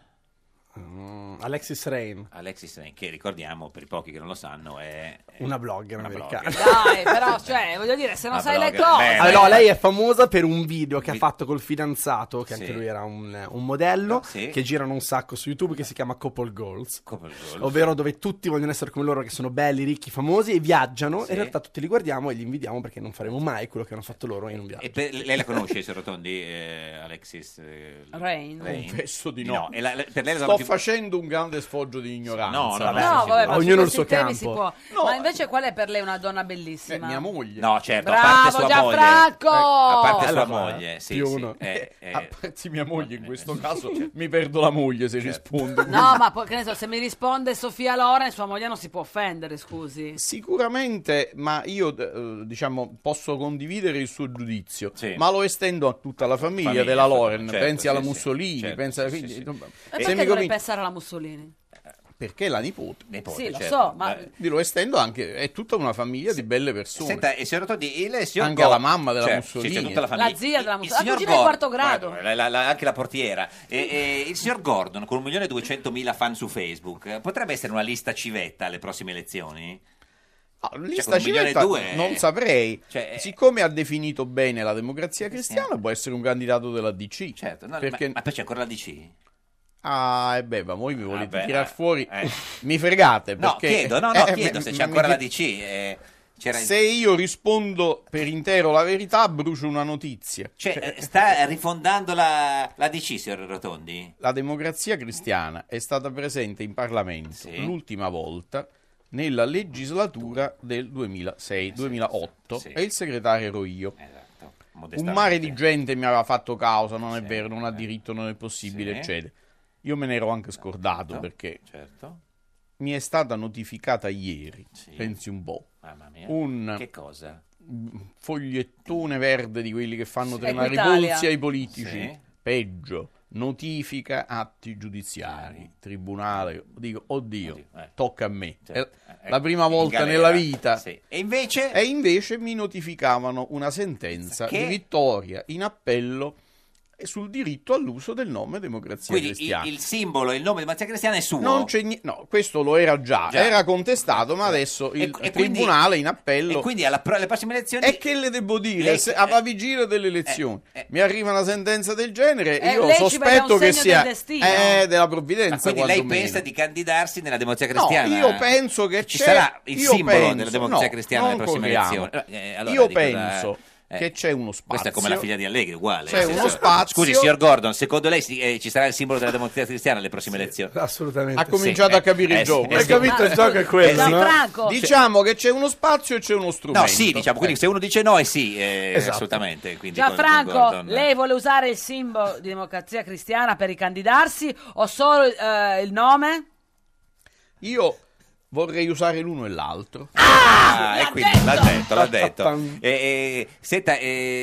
Mm, Alexis Rain, Alexis Rain, che ricordiamo, per i pochi che non lo sanno, è... è una blogger una americana. blogger. Dai, però, cioè, voglio dire, se non Una sai le blogger. cose... Beh, Ah, no, lei è famosa per un video che ha Vi- fatto col fidanzato, che Sì. anche lui era un, un modello, Sì. che girano un sacco su YouTube, che si chiama Couple Goals. Couple Goals. Ovvero dove tutti vogliono essere come loro, che sono belli, ricchi, famosi e viaggiano. Sì. In realtà tutti li guardiamo e li invidiamo perché non faremo mai quello che hanno fatto loro in un viaggio. E per- lei la conosce, signor Rotondi, eh, Alexis eh, Rain. Confesso di no. e la- la- per lei la Sto donna più- facendo un grande sfoggio di ignoranza. No, no, No, vabbè, vabbè, ma su ognuno il questi suo temi campo. si può. No. Ma invece qual è per lei una donna Eh, bellissima? mia moglie. No, certo, a parte Bravo sua moglie. Gianfranco! A parte sua Allora, moglie, sì, più sì. uno. Eh, eh, A parte mia moglie in questo caso mi perdo la moglie se rispondo. No, ma poi, che ne so, se mi risponde Sofia Loren, sua moglie non si può offendere, scusi. Sicuramente, ma io eh, diciamo posso condividere il suo giudizio, Sì. ma lo estendo a tutta la famiglia, Famiglia, della certo, Loren. certo, pensi sì, alla sì, Mussolini, certo, pensa sì, quindi, sì, sì. insomma, E se perché mi dovrei comin- pensare alla Mussolini? perché è la nipote. nipote, Sì, lo certo. so, ma... Eh, Lo estendo anche, è tutta una famiglia di belle persone. Senta, e signor Rotondi, il signor Anche Go- alla mamma della Certo, sì, Mussolini. c'è tutta la famiglia. La zia della Il- il Mussolini. La signor cugina di quarto Gordon- grado. guarda, la- la- anche la portiera. E, e il signor Gordon, con un milione e duecentomila fan su Facebook, eh, potrebbe essere una lista civetta alle prossime elezioni? Ah, Cioè, lista con un milione e civetta due, non eh. saprei. Cioè, eh. Siccome ha definito bene la democrazia cristiana, può essere un candidato della D C. Certo, no, perché... ma, ma poi c'è ancora la D C? Ah, e beh, ma voi mi volete Vabbè, tirar eh, fuori. eh. Mi fregate. No, Perché... chiedo, no, no, eh, chiedo mi- se mi- c'è ancora mi- la D C. eh, c'era- Se io rispondo per intero la verità, brucio una notizia. Cioè, eh, sta rifondando la, la D C, signor Rotondi? La democrazia cristiana è stata presente in Parlamento Sì. l'ultima volta nella legislatura del duemilasei duemilaotto Sì. e il segretario ero io. Esatto, Un modestamente. mare di gente mi aveva fatto causa, non è Sì, vero, non ha eh. diritto, non è possibile, Sì. eccetera. io me ne ero anche scordato perché Certo. mi è stata notificata ieri, Sì. pensi un po', Mamma mia. un Che cosa? fogliettone verde di quelli che fanno tremare i Equitalia. polsi ai politici. Sì. Peggio, notifica atti giudiziari, tribunale, dico, oddio, eh. tocca a me. Certo. È la prima In volta galera. nella vita. Sì. E invece? E invece mi notificavano una sentenza Che? di vittoria in appello sul diritto all'uso del nome Democrazia Quindi il, Cristiana. il simbolo, il nome di Democrazia Cristiana è suo? Non c'è ni- no, questo lo era già, Già. era contestato, ma adesso il E- e quindi- tribunale in appello. E quindi alla pro- alle prossime elezioni... E che le devo dire? Lei- Se- alla vigilia delle elezioni mi arriva una sentenza del genere, Eh, io lei ci vede sospetto un che segno sia del destino. eh, della Ma provvidenza. quindi lei quantomeno. pensa di candidarsi nella Democrazia No, Cristiana? io penso che ci c'è- sarà il io simbolo penso- della Democrazia no, Cristiana nelle non prossime corriamo. elezioni. Eh, allora, Io dico, penso eh, che c'è uno spazio. Questa è come la figlia di Allegri, uguale. C'è Nel uno senso- spazio. Scusi, signor Gordon, secondo lei si- eh, ci sarà il simbolo della Democrazia Cristiana alle prossime elezioni? Assolutamente. Ha cominciato Sì, a capire eh, il sì, gioco. eh, Hai sì. capito il gioco è quello, Eh, sì. no? Franco. Diciamo che c'è uno spazio e c'è uno strumento. No, sì, diciamo, quindi se uno dice no è sì, eh, Esatto. assolutamente. Quindi con- con Gianfranco, Gordon- lei vuole usare il simbolo di Democrazia Cristiana per ricandidarsi o solo eh, il nome? Io vorrei usare l'uno e l'altro. Ah, e quindi detto! l'ha detto, l'ha detto. E, e, senta,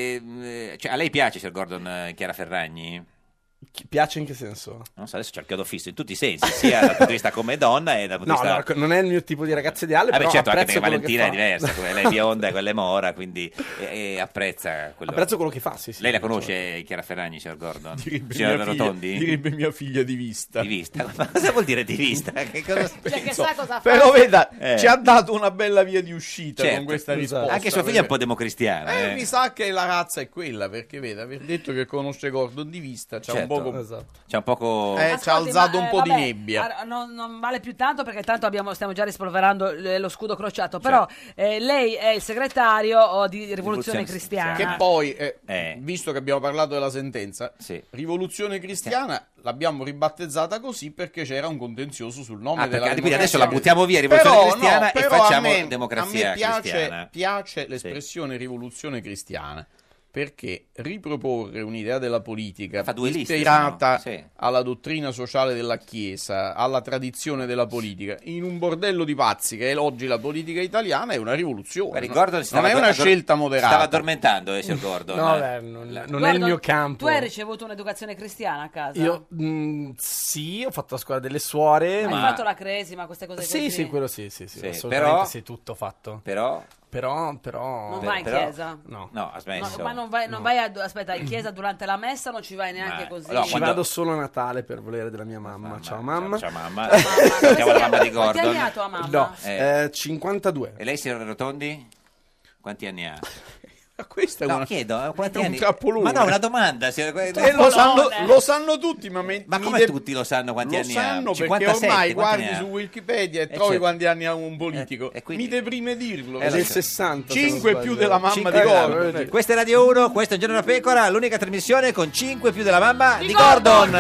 e, cioè, a lei piace, signor Gordon, eh, Chiara Ferragni? Chi piace in che senso? Non so, adesso c'è il chiodo fisso in tutti i sensi, sia dal punto di vista come donna e dal punto No, di vista... no, non è il mio tipo di ragazza ideale, Vabbè, però certo, anche apprezzo perché quello che Valentina è fa. diversa, come lei è bionda e quella è mora, quindi e, e apprezza quello. Apprezzo quello che fa, sì, sì. Lei la conosce, Chiara Ferragni, signor Gordon? Direbbe Signor mia, figlia, Rotondi? direbbe mia figlia di vista. Di vista? Ma cosa vuol dire di vista? Che cosa... Cioè, che sa cosa fa? Però veda, Eh. ci ha dato una bella via di uscita Certo, con questa esatto. risposta. Anche sua figlia è un po' democristiana. Eh, Eh, mi sa che la razza è quella, perché vede, aver detto che conosce Gordon di vista, c'ha Certo. un poco... Esatto. C'è un poco... Eh, ci ha Ascolti, alzato ma, un eh, po' di vabbè, nebbia. ah, non, non vale più tanto perché tanto abbiamo, stiamo già rispolverando l- lo scudo crociato. Però eh, lei è il segretario oh, di Rivoluzione Rivoluzione Cristiana. Che poi, eh, Eh. visto che abbiamo parlato della sentenza, Sì. Rivoluzione Cristiana l'abbiamo ribattezzata così perché c'era un contenzioso sul nome Ah, della perché quindi democrazia. adesso la buttiamo via, Rivoluzione Però, Cristiana, no, e però facciamo a me, Democrazia a me piace, Cristiana. piace l'espressione Rivoluzione Cristiana perché riproporre un'idea della politica Fa due liste, ispirata se no, sì. alla dottrina sociale della Chiesa, alla tradizione della politica, in un bordello di pazzi che è oggi la politica italiana, è una rivoluzione. Guardi, no? Gordon si non stava è una addor- scelta si moderata. Stava addormentando, eh, signor Gordon. No, eh. beh, non, non è il Gordon, mio campo. Tu hai ricevuto un'educazione cristiana a casa? Io, mh, sì, ho fatto la scuola delle suore, Hai ma... fatto la cresima, queste cose Sì, così? sì, quello sì, sì, sì, Sì, assolutamente però- sì, tutto fatto. Però... Però, però... Non vai in però- chiesa? No. No, ha smesso. No, ma non vai, non vai a, aspetta, in chiesa durante la messa non ci vai neanche Ma- così? no, Ci quando- vado solo a Natale per volere della mia mamma. Ciao mamma. Ciao mamma. Siamo la mamma di Quanti anni Gordon. ha tua mamma? No, Eh. eh, cinquantadue. E lei, signor Rotondi? Quanti anni ha? Questa è No, una... chiedo, eh, quanti è un anni? trappolone. Ma no, una domanda. signor- Eh, lo, sanno, lo sanno tutti, ma, me- Ma mi come de- tutti lo sanno quanti lo anni sanno ha? perché cinquantasette, ormai quanti guardi ne ha? su Wikipedia e Eh, trovi certo. quanti anni ha un politico. Eh, e quindi- Mi deprime dirlo. Eh, È lo del so. sessanta. se non cinque sbaglio. più della mamma Cinque- di eh, Gordon. vedi. Questa è Radio uno, questo è Un Giorno da Pecora, l'unica trasmissione con cinque più della mamma di, Gordon.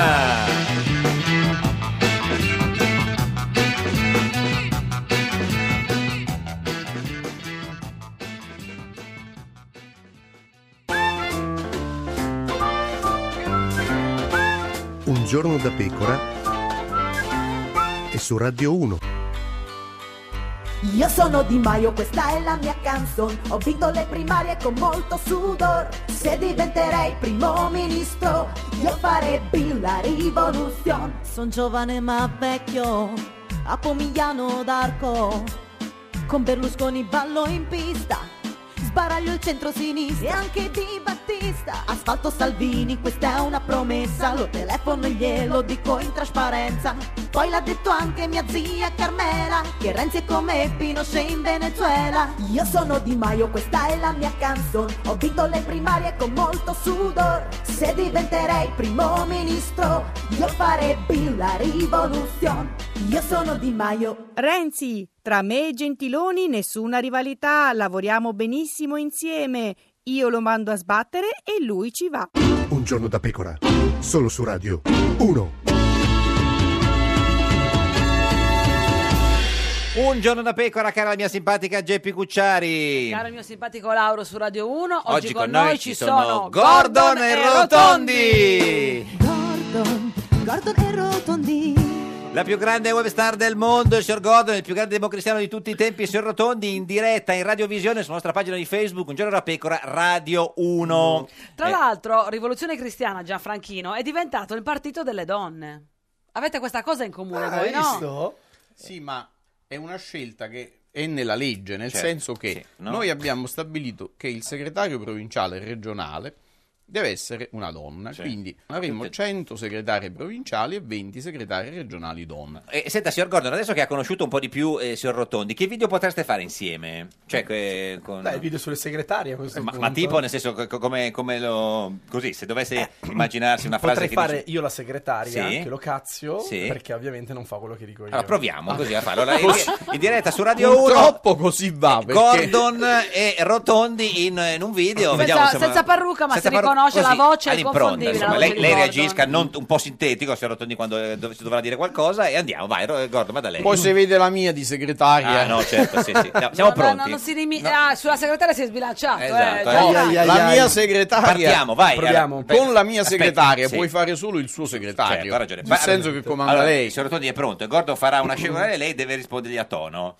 Un giorno da pecora e su Radio uno. Io sono Di Maio, questa è la mia canzone. Ho vinto le primarie con molto sudor. Se diventerei primo ministro, io farebbe la rivoluzione. Son giovane ma vecchio, a Pomigliano d'Arco. Con Berlusconi ballo in pista, sbaraglio il centro-sinistra e anche Di Battista. Asfalto Salvini, questa è una promessa. Lo telefono e glielo dico in trasparenza. Poi l'ha detto anche mia zia Carmela, che Renzi è come Pinochet in Venezuela. Io sono Di Maio, questa è la mia canzone. Ho vinto le primarie con molto sudor. Se diventerei primo ministro, io farebbe la rivoluzione. Io sono Di Maio. Renzi, tra me e Gentiloni nessuna rivalità, lavoriamo benissimo insieme. Io lo mando a sbattere e lui ci va. Un giorno da pecora, solo su Radio uno. Un giorno da pecora, cara la mia simpatica Geppi Cucciari. Caro il mio simpatico Lauro su Radio uno, oggi, Oggi con noi ci sono Gordon e Rotondi. Gordon, Gordon e Rotondi. La più grande web star del mondo, il signor Gordon, il più grande democristiano di tutti i tempi, il signor Rotondi, in diretta in radiovisione sulla nostra pagina di Facebook, Un giorno da pecora, Radio uno. Tra Eh, l'altro, Rivoluzione Cristiana, Gianfranchino, è diventato il partito delle donne. Avete questa cosa in comune Ah, voi, hai no? visto? Sì, ma è una scelta che è nella legge, nel Certo, senso che sì, no? noi abbiamo stabilito che il segretario provinciale regionale deve essere una donna, quindi avremo cento segretari provinciali e venti segretari regionali donne. Eh, senta, signor Gordon, adesso che ha conosciuto un po' di più eh, signor Rotondi, che video potreste fare insieme? Cioè, que- con... Dai, il video sulle segretarie a questo ma, punto. ma tipo, nel senso, co- come, come lo... Così, se dovesse immaginarsi una frase Potrei che fare dice- io la segretaria, Sì. che lo cazio, Sì. perché ovviamente non fa quello che dico io. Allora proviamo Ah. così a farlo. Allora, in, in diretta su Radio uno, Purtroppo così va, perché... Gordon e Rotondi in, in un video. Senza, vediamo, insomma, senza parrucca, ma senza si parrucca, riconosce così, la voce, è all'impronta, confondibile. insomma. la voce Lei, di lei Gordon. reagisca non un po' sintetico, signor Rotondi, quando eh, dov- si dovrà dire qualcosa, e andiamo, vai, Ro- Gordon, vada lei. Poi se vede la mia di segretaria... Ah, no, certo, sì, sì. No, siamo No, no, pronti. no, non si rimi- ah, sulla segretaria si è sbilanciato. Esatto, eh, eh. Gianfranco. No, la mia segretaria Partiamo, vai. Proviamo. Allora, Con la mia aspetta, segretaria sì. puoi fare solo il suo segretario. Certo, ha ragione. Nel Ma- senso che comanda allora, lei. Il signor Rotondi è pronto e Gordon farà una scelta e lei deve rispondergli a tono.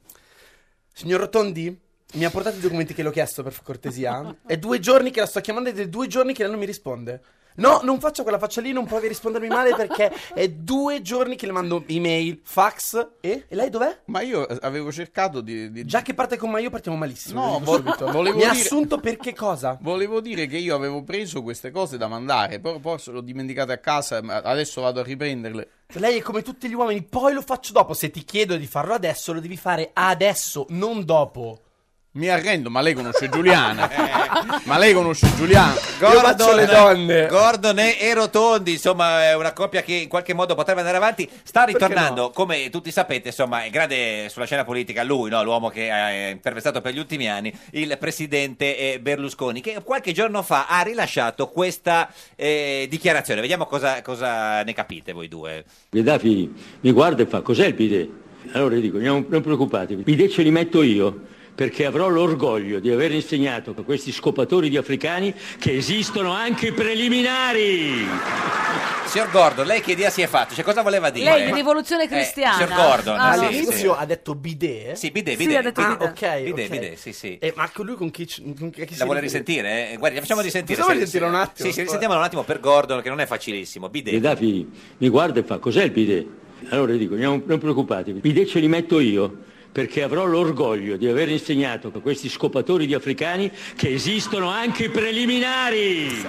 Signor Rotondi, mi ha portato i documenti che le ho chiesto, per cortesia? È due giorni che la sto chiamando ed è due giorni che lei non mi risponde. No, non faccio quella faccia lì, non provi a rispondermi male perché è due giorni che le mando email, fax e, e lei dov'è? Ma io eh, avevo cercato di... di- Già che parte con ma io partiamo malissimo. No, lo dico vo- subito. volevo Mi ha dire- assunto per che cosa? Volevo dire che io avevo preso queste cose da mandare, poi, poi se l'ho dimenticate a casa, ma adesso vado a riprenderle. Lei è come tutti gli uomini, poi lo faccio dopo. Se ti chiedo di farlo adesso, lo devi fare adesso, non dopo. Mi arrendo, ma lei conosce Giuliana. Ma lei conosce Giuliana. Io faccio le donne. Gordon e, e Rotondi, insomma, è una coppia che in qualche modo potrebbe andare avanti. Sta ritornando, come tutti sapete, insomma, è grande sulla scena politica lui, no? L'uomo che ha intervistato per gli ultimi anni, il presidente eh, Berlusconi, che qualche giorno fa ha rilasciato questa eh, dichiarazione. Vediamo cosa, cosa ne capite voi due. Gheddafi mi guarda e fa: cos'è il bidet? Allora io dico: non, non preoccupatevi, i bidet ce li metto io, perché avrò l'orgoglio di aver insegnato a questi scopatori di africani che esistono anche i preliminari. Signor Gordon, lei che idea si è fatto? Cioè, cosa voleva dire? Lei di Rivoluzione Cristiana. signor Gordon, Ah, sì, no. All'inizio sì. ha detto bidet. Sì, bidet, Sì, bidet. ha detto Ah, bidet. ok, Bidet, ok. bidet, sì, sì. Eh, ma con lui con chi, ci- con chi chi si La vuole riferiva? risentire? Eh? Guardi, la facciamo risentire. Possiamo Se- risentire se- un attimo? Sì, sì, risentiamolo un attimo per Gordon, che non è facilissimo. Bidet. Gheddafi mi guarda e fa: cos'è il bidet? Allora io dico: non, non preoccupatevi, i bidet ce li metto io, perché avrò l'orgoglio di aver insegnato a questi scopatori di africani che esistono anche i preliminari.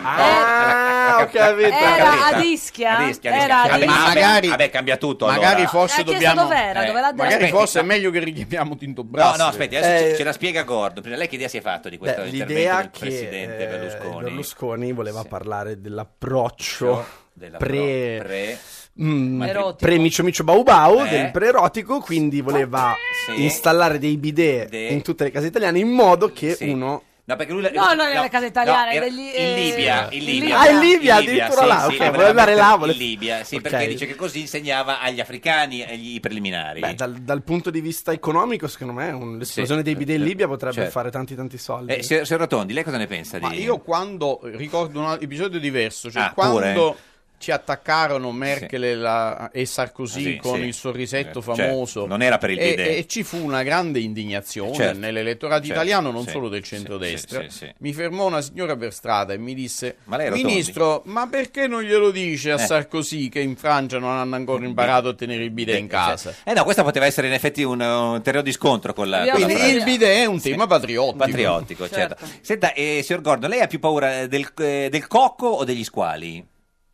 Ah, ho capito. Era ad Ischia? Ad Ischia, ad Era Ischia. ad Vabbè, Ischia. magari- vabbè, cambia tutto. Magari allora. forse Ha chiesto dobbiamo... dov'era, Eh, dove l'ha detto. Magari Aspetti, forse è ma- meglio che richiamiamo Tinto No, Brass. no, aspetti, adesso Eh, ce, ce la spiega Gordon. Prima, lei che idea si è fatto di questo Beh, intervento l'idea del che presidente eh, Berlusconi? Berlusconi voleva parlare dell'approccio Della pre, pro- pre- mm, Erotico. pre micio micio bau bau Eh. del pre-erotico, quindi voleva Sì. installare dei bidet De- in tutte le case italiane in modo che Sì. uno No, perché lui No, no, nelle case italiane, era degli, in eh, Libia, in in Libia. Libia. Ah, in Libia, In addirittura sì, là, sì, ok, voleva vuole andare mettere là, vuole- in Libia, sì, Ok. perché dice che così insegnava agli africani e gli preliminari. beh, dal, dal punto di vista economico, secondo me un- l'esplosione dei bidet in Libia potrebbe Certo. fare tanti tanti soldi. Eh, signor signor Rotondi, lei cosa ne pensa di... Ma io quando ricordo un episodio diverso, cioè Ah, quando pure? ci attaccarono Merkel e, la- e Sarkozy Sì, con sì. il sorrisetto Certo, famoso, non era per il e, bidet. e ci fu una grande indignazione Certo, nell'elettorato certo, italiano, non sì, solo del sì, centrodestra. sì, sì, sì. Mi fermò una signora per strada e mi disse: Ma lei è Rotondi? Ministro, ma perché non glielo dice a Eh. Sarkozy che in Francia non hanno ancora imparato a tenere il bidet in casa? Eh no, questo poteva essere in effetti un, un terreno di scontro con la, con la Quindi Francia. il bidet è un tema patriottico. Patriottico, certo. Senta, eh, signor Gordon, lei ha più paura del, eh, del cocco o degli squali?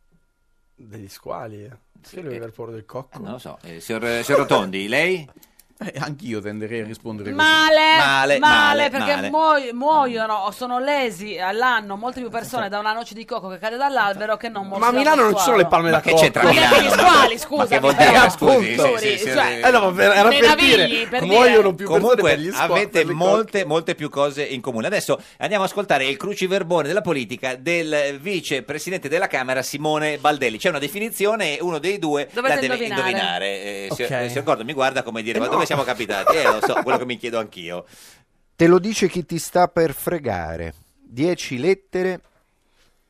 Degli squali, eh. Perché lui aveva paura del cocco? Non lo so. Eh, signor, eh, signor Rotondi, lei? Eh, anch'io tenderei a rispondere così. Male, Male, male, male, perché male. muoio- muoiono o sono lesi all'anno molte più persone da una noce di cocco che cade dall'albero che non morsi Ma a da Milano uno non ci sono le squalo. palme da che cocco. c'entra Ma Milano? neanche gli squali, Ma scusa. che vuol dire? Eh, Scusi, appunto. sì, sì, sì, Cioè, sì. Eh no, ma era Nei per navigli, dire, per muoiono dire. più Comunque persone per gli squali. avete per le molte, molte più cose in comune. Adesso andiamo ad ascoltare il cruciverbone della politica del vicepresidente della Camera Simone Baldelli. C'è una definizione e uno dei due Dovete la deve indovinare. indovinare. Eh, signor, Ok. signor Gordon mi guarda come dire: Eh ma no. dove siamo capitati? Eh, lo so, quello che mi chiedo anch'io. Te lo dice chi ti sta per fregare. Dieci lettere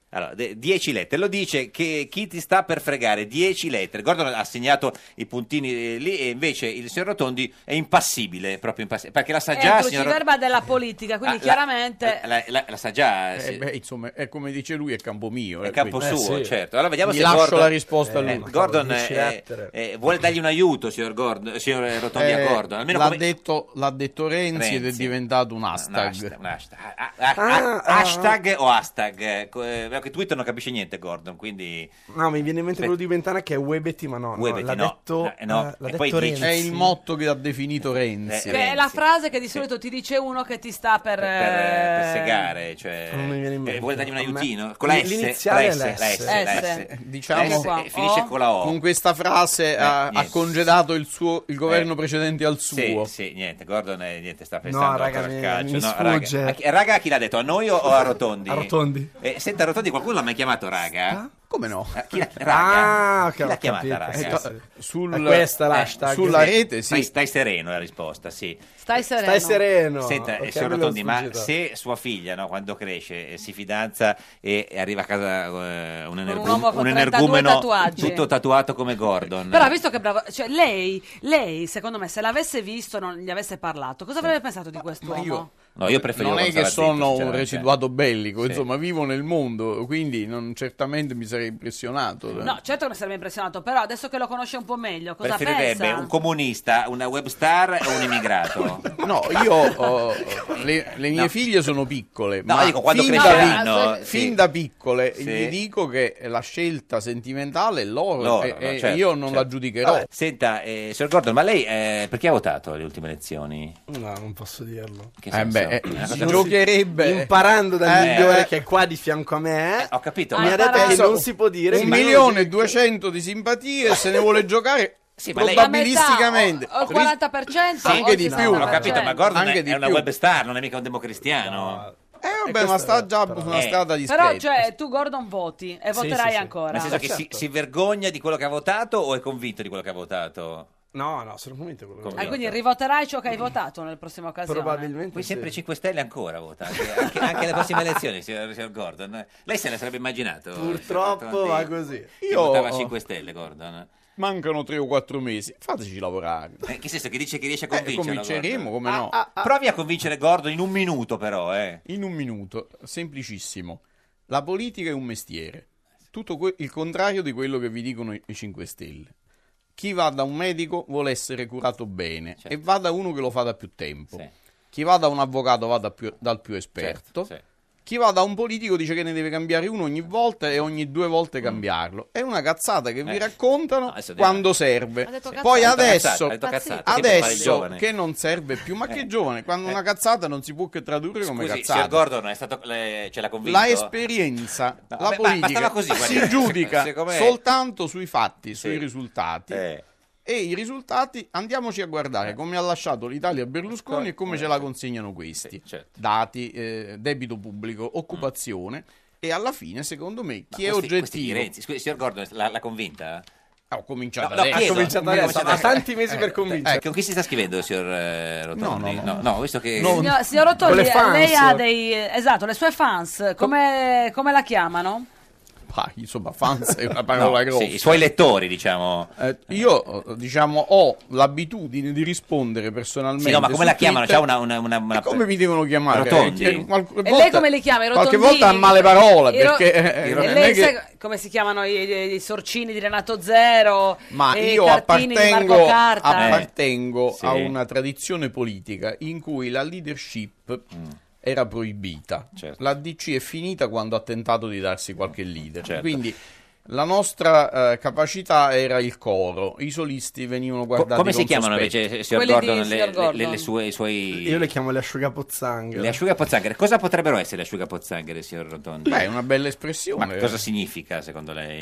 Allora, dieci lettere, lo dice che chi ti sta per fregare, dieci lettere. Gordon ha segnato i puntini eh, lì e invece il signor Rotondi è impassibile, proprio impassibile, perché la sa È già, il signor cruciverba della politica, quindi Ah, la- chiaramente... la, la- la sa già. Eh, sì. beh, insomma, è come dice lui, è campo mio. È eh, campo quindi- suo, Eh, sì. certo. Allora vediamo Gli se lascio Gordon, la risposta a eh, lui. Gordon dieci eh, lettere. eh, vuole dargli un aiuto, signor, Gordon, signor Rotondi a Eh, Gordon. Almeno l'ha, come... detto, l'ha detto Renzi, ed è Renzi. diventato un Un hashtag. hashtag, un hashtag. Ah, ah, ah, Ah, hashtag o hashtag? Eh, co- eh, perché Twitter non capisce niente, Gordon, quindi... No, mi viene in mente quello di Ventana che è Webeti, ma no, no, Webeti, l'ha no. detto, Eh, no. eh, l'ha E detto poi Renzi. È il motto che ha definito Renzi. Che è la frase che di solito ti dice uno che ti sta per... per, per eh, segare, cioè Non mi viene in mente. eh, vuole dargli un A me- aiutino con la S, l'iniziale con la è S, la S, l'S. la S. S. Diciamo La S qua. e finisce O. con la O. Con questa frase ha, ha niente. congedato il, suo, il governo Eh. precedente al suo. Sì, sì, niente, Gordon eh, niente, sta pensando raga, ancora al mi- calcio. mi no, sfugge. raga. A chi, raga, a chi l'ha detto? A noi o, o a Rotondi? A Rotondi. Eh, senta, Rotondi, qualcuno l'ha mai chiamato raga? Come no? Eh, chi l'ha, raga? Ah, ok, chi l'ha ho chiamata capito. raga? Eh, Sul, È questa eh, l'hashtag. sulla rete, Stai, sì. stai sereno è la risposta, sì. Stai sereno. Stai sereno. Senta, Ok, eh, signor me l'ho Rotondi, ma sfuggito. se sua figlia, no, quando cresce, eh, si fidanza e e arriva a casa eh, un, energu- uomo con un trentadue energumeno tatuaggi. tutto tatuato come Gordon. Però visto che bravo, cioè lei, lei secondo me se l'avesse visto non gli avesse parlato, cosa avrebbe pensato di quest'uomo? io- No, io preferivo non è quando che stava zitto, sono un sinceramente. residuato bellico, Sì. insomma, vivo nel mondo, quindi non, certamente mi sarei impressionato. No, certo che ne sarebbe impressionato, però adesso che lo conosce un po' meglio, cosa Preferirebbe pensa? un comunista, una web star o un immigrato? No, io ho- le, le mie No. figlie sono piccole, No, ma dico, quando fin, da, cresceranno, pic- sì. fin da piccole Sì. gli dico che la scelta sentimentale è loro, Loro, e, no, e certo, io non certo. la giudicherò. Vabbè, senta, eh, signor Gordon, ma lei eh, perché ha votato alle ultime elezioni? No, non posso dirlo. Che Eh senso? beh, eh, È una cosa si così? giocherebbe Imparando dal Eh, migliore eh. che è qua di fianco a me, Ho capito, Ah, mi ma... ha detto che imparato. non si può dire. un ma io milione e dico- duecento di simpatie, se ne vuole giocare Sì, ma lei- probabilisticamente. O, o il quaranta per cento Anche o il di più. sessanta Ho per capito, cento. ma Gordon Anche è, di è una più. web star, non è mica un democristiano. Eh vabbè, ma sta già su una Eh. strada di Però discreta. cioè tu Gordon voti e voterai sì, sì. ancora. Nel senso che si, certo. si vergogna di quello che ha votato o è convinto di quello che ha votato? No, no, sono convinto di quello che Ah, quindi rivoterai ciò che hai votato nella prossima occasione. probabilmente Poi sì. sempre cinque Stelle ancora vota, anche, anche, anche alle prossime elezioni, signor, signor Gordon. Lei se ne sarebbe immaginato? Purtroppo signor va Rotondi, così. che Io- votava cinque Stelle, Gordon. Mancano tre o quattro mesi, fateci lavorare. Eh, che senso che dice che riesce a Eh, convincerlo? convinceremo, Gordon? come no? Ah, ah, Provi a convincere Gordon in un minuto però, eh. In un minuto, semplicissimo. La politica è un mestiere. Tutto que- il contrario di quello che vi dicono i i cinque Stelle. Chi va da un medico vuole essere curato bene e va da uno che lo fa da più tempo. Sì. Chi va da un avvocato va da più- dal più esperto. Certo, sì. Chi va da un politico dice che ne deve cambiare uno ogni volta e ogni due volte cambiarlo. È una cazzata che vi Eh. raccontano No, adesso quando Ha serve. detto cazzata. Poi Ha detto adesso, cazzata, ha detto cazzata, che fare il adesso giovane. che non serve più, ma che Eh. giovane, quando Eh. una cazzata non si può che tradurre come Scusi, cazzata. signor Gordon, è stato, le, ce l'ha convinto? La esperienza, No, la vabbè, ma- politica bastava così, si guardi. giudica Siccome- soltanto sui fatti, sui Sì. risultati. Eh. E i risultati andiamoci a guardare come ha lasciato l'Italia Berlusconi e come ce la consegnano questi. Sì, certo. Dati, eh, debito pubblico, occupazione e alla fine, secondo me, chi è Ma questi- questi di oggettivo... Renzi, scusi, signor Gordon, l'ha, l'ha convinta? Ho cominciato No, no, adesso. chiedo. Ha cominciato Come adesso, cominciato ha adesso? tanti mesi Eh, per convincere. Eh, con chi si sta scrivendo, signor eh, Rotondi? No, no, no. visto che... No. Signor, signor Con Rotondi, le fans. lei ha dei... Esatto, le sue fans, come, come la chiamano? Ah, insomma, fans è una parola No, grossa. sì, i suoi lettori, diciamo. Eh, io, eh, diciamo, ho l'abitudine di rispondere personalmente. Sì, no, ma come su la chiamano? Twitter. C'ha una, una, una, una- E come mi devono chiamare? Rotondi. Eh, qualche E volta- lei come li chiama? I Qualche rotondini? volta a male parole, I ro- perché eh, E non è lei che- sa come si chiamano i, i- i sorcini di Renato Zero? Ma e i io cartini di appartengo, Marco Carta? appartengo Sì. a una tradizione politica in cui la leadership era proibita. Certo. La D C è finita quando ha tentato di darsi qualche leader. Certo. Quindi la nostra eh, capacità era il coro, i solisti venivano Co- guardati come si con chiamano sospetto. invece, signor Quelli di Gordon, le, signor le- Gordon. le- le sue, i suoi... Io le chiamo le asciugapozzanghere. Le asciugapozzanghere. Cosa potrebbero essere le asciugapozzanghere, signor Rotondi? Beh, è una bella espressione. Ma cosa significa, secondo lei?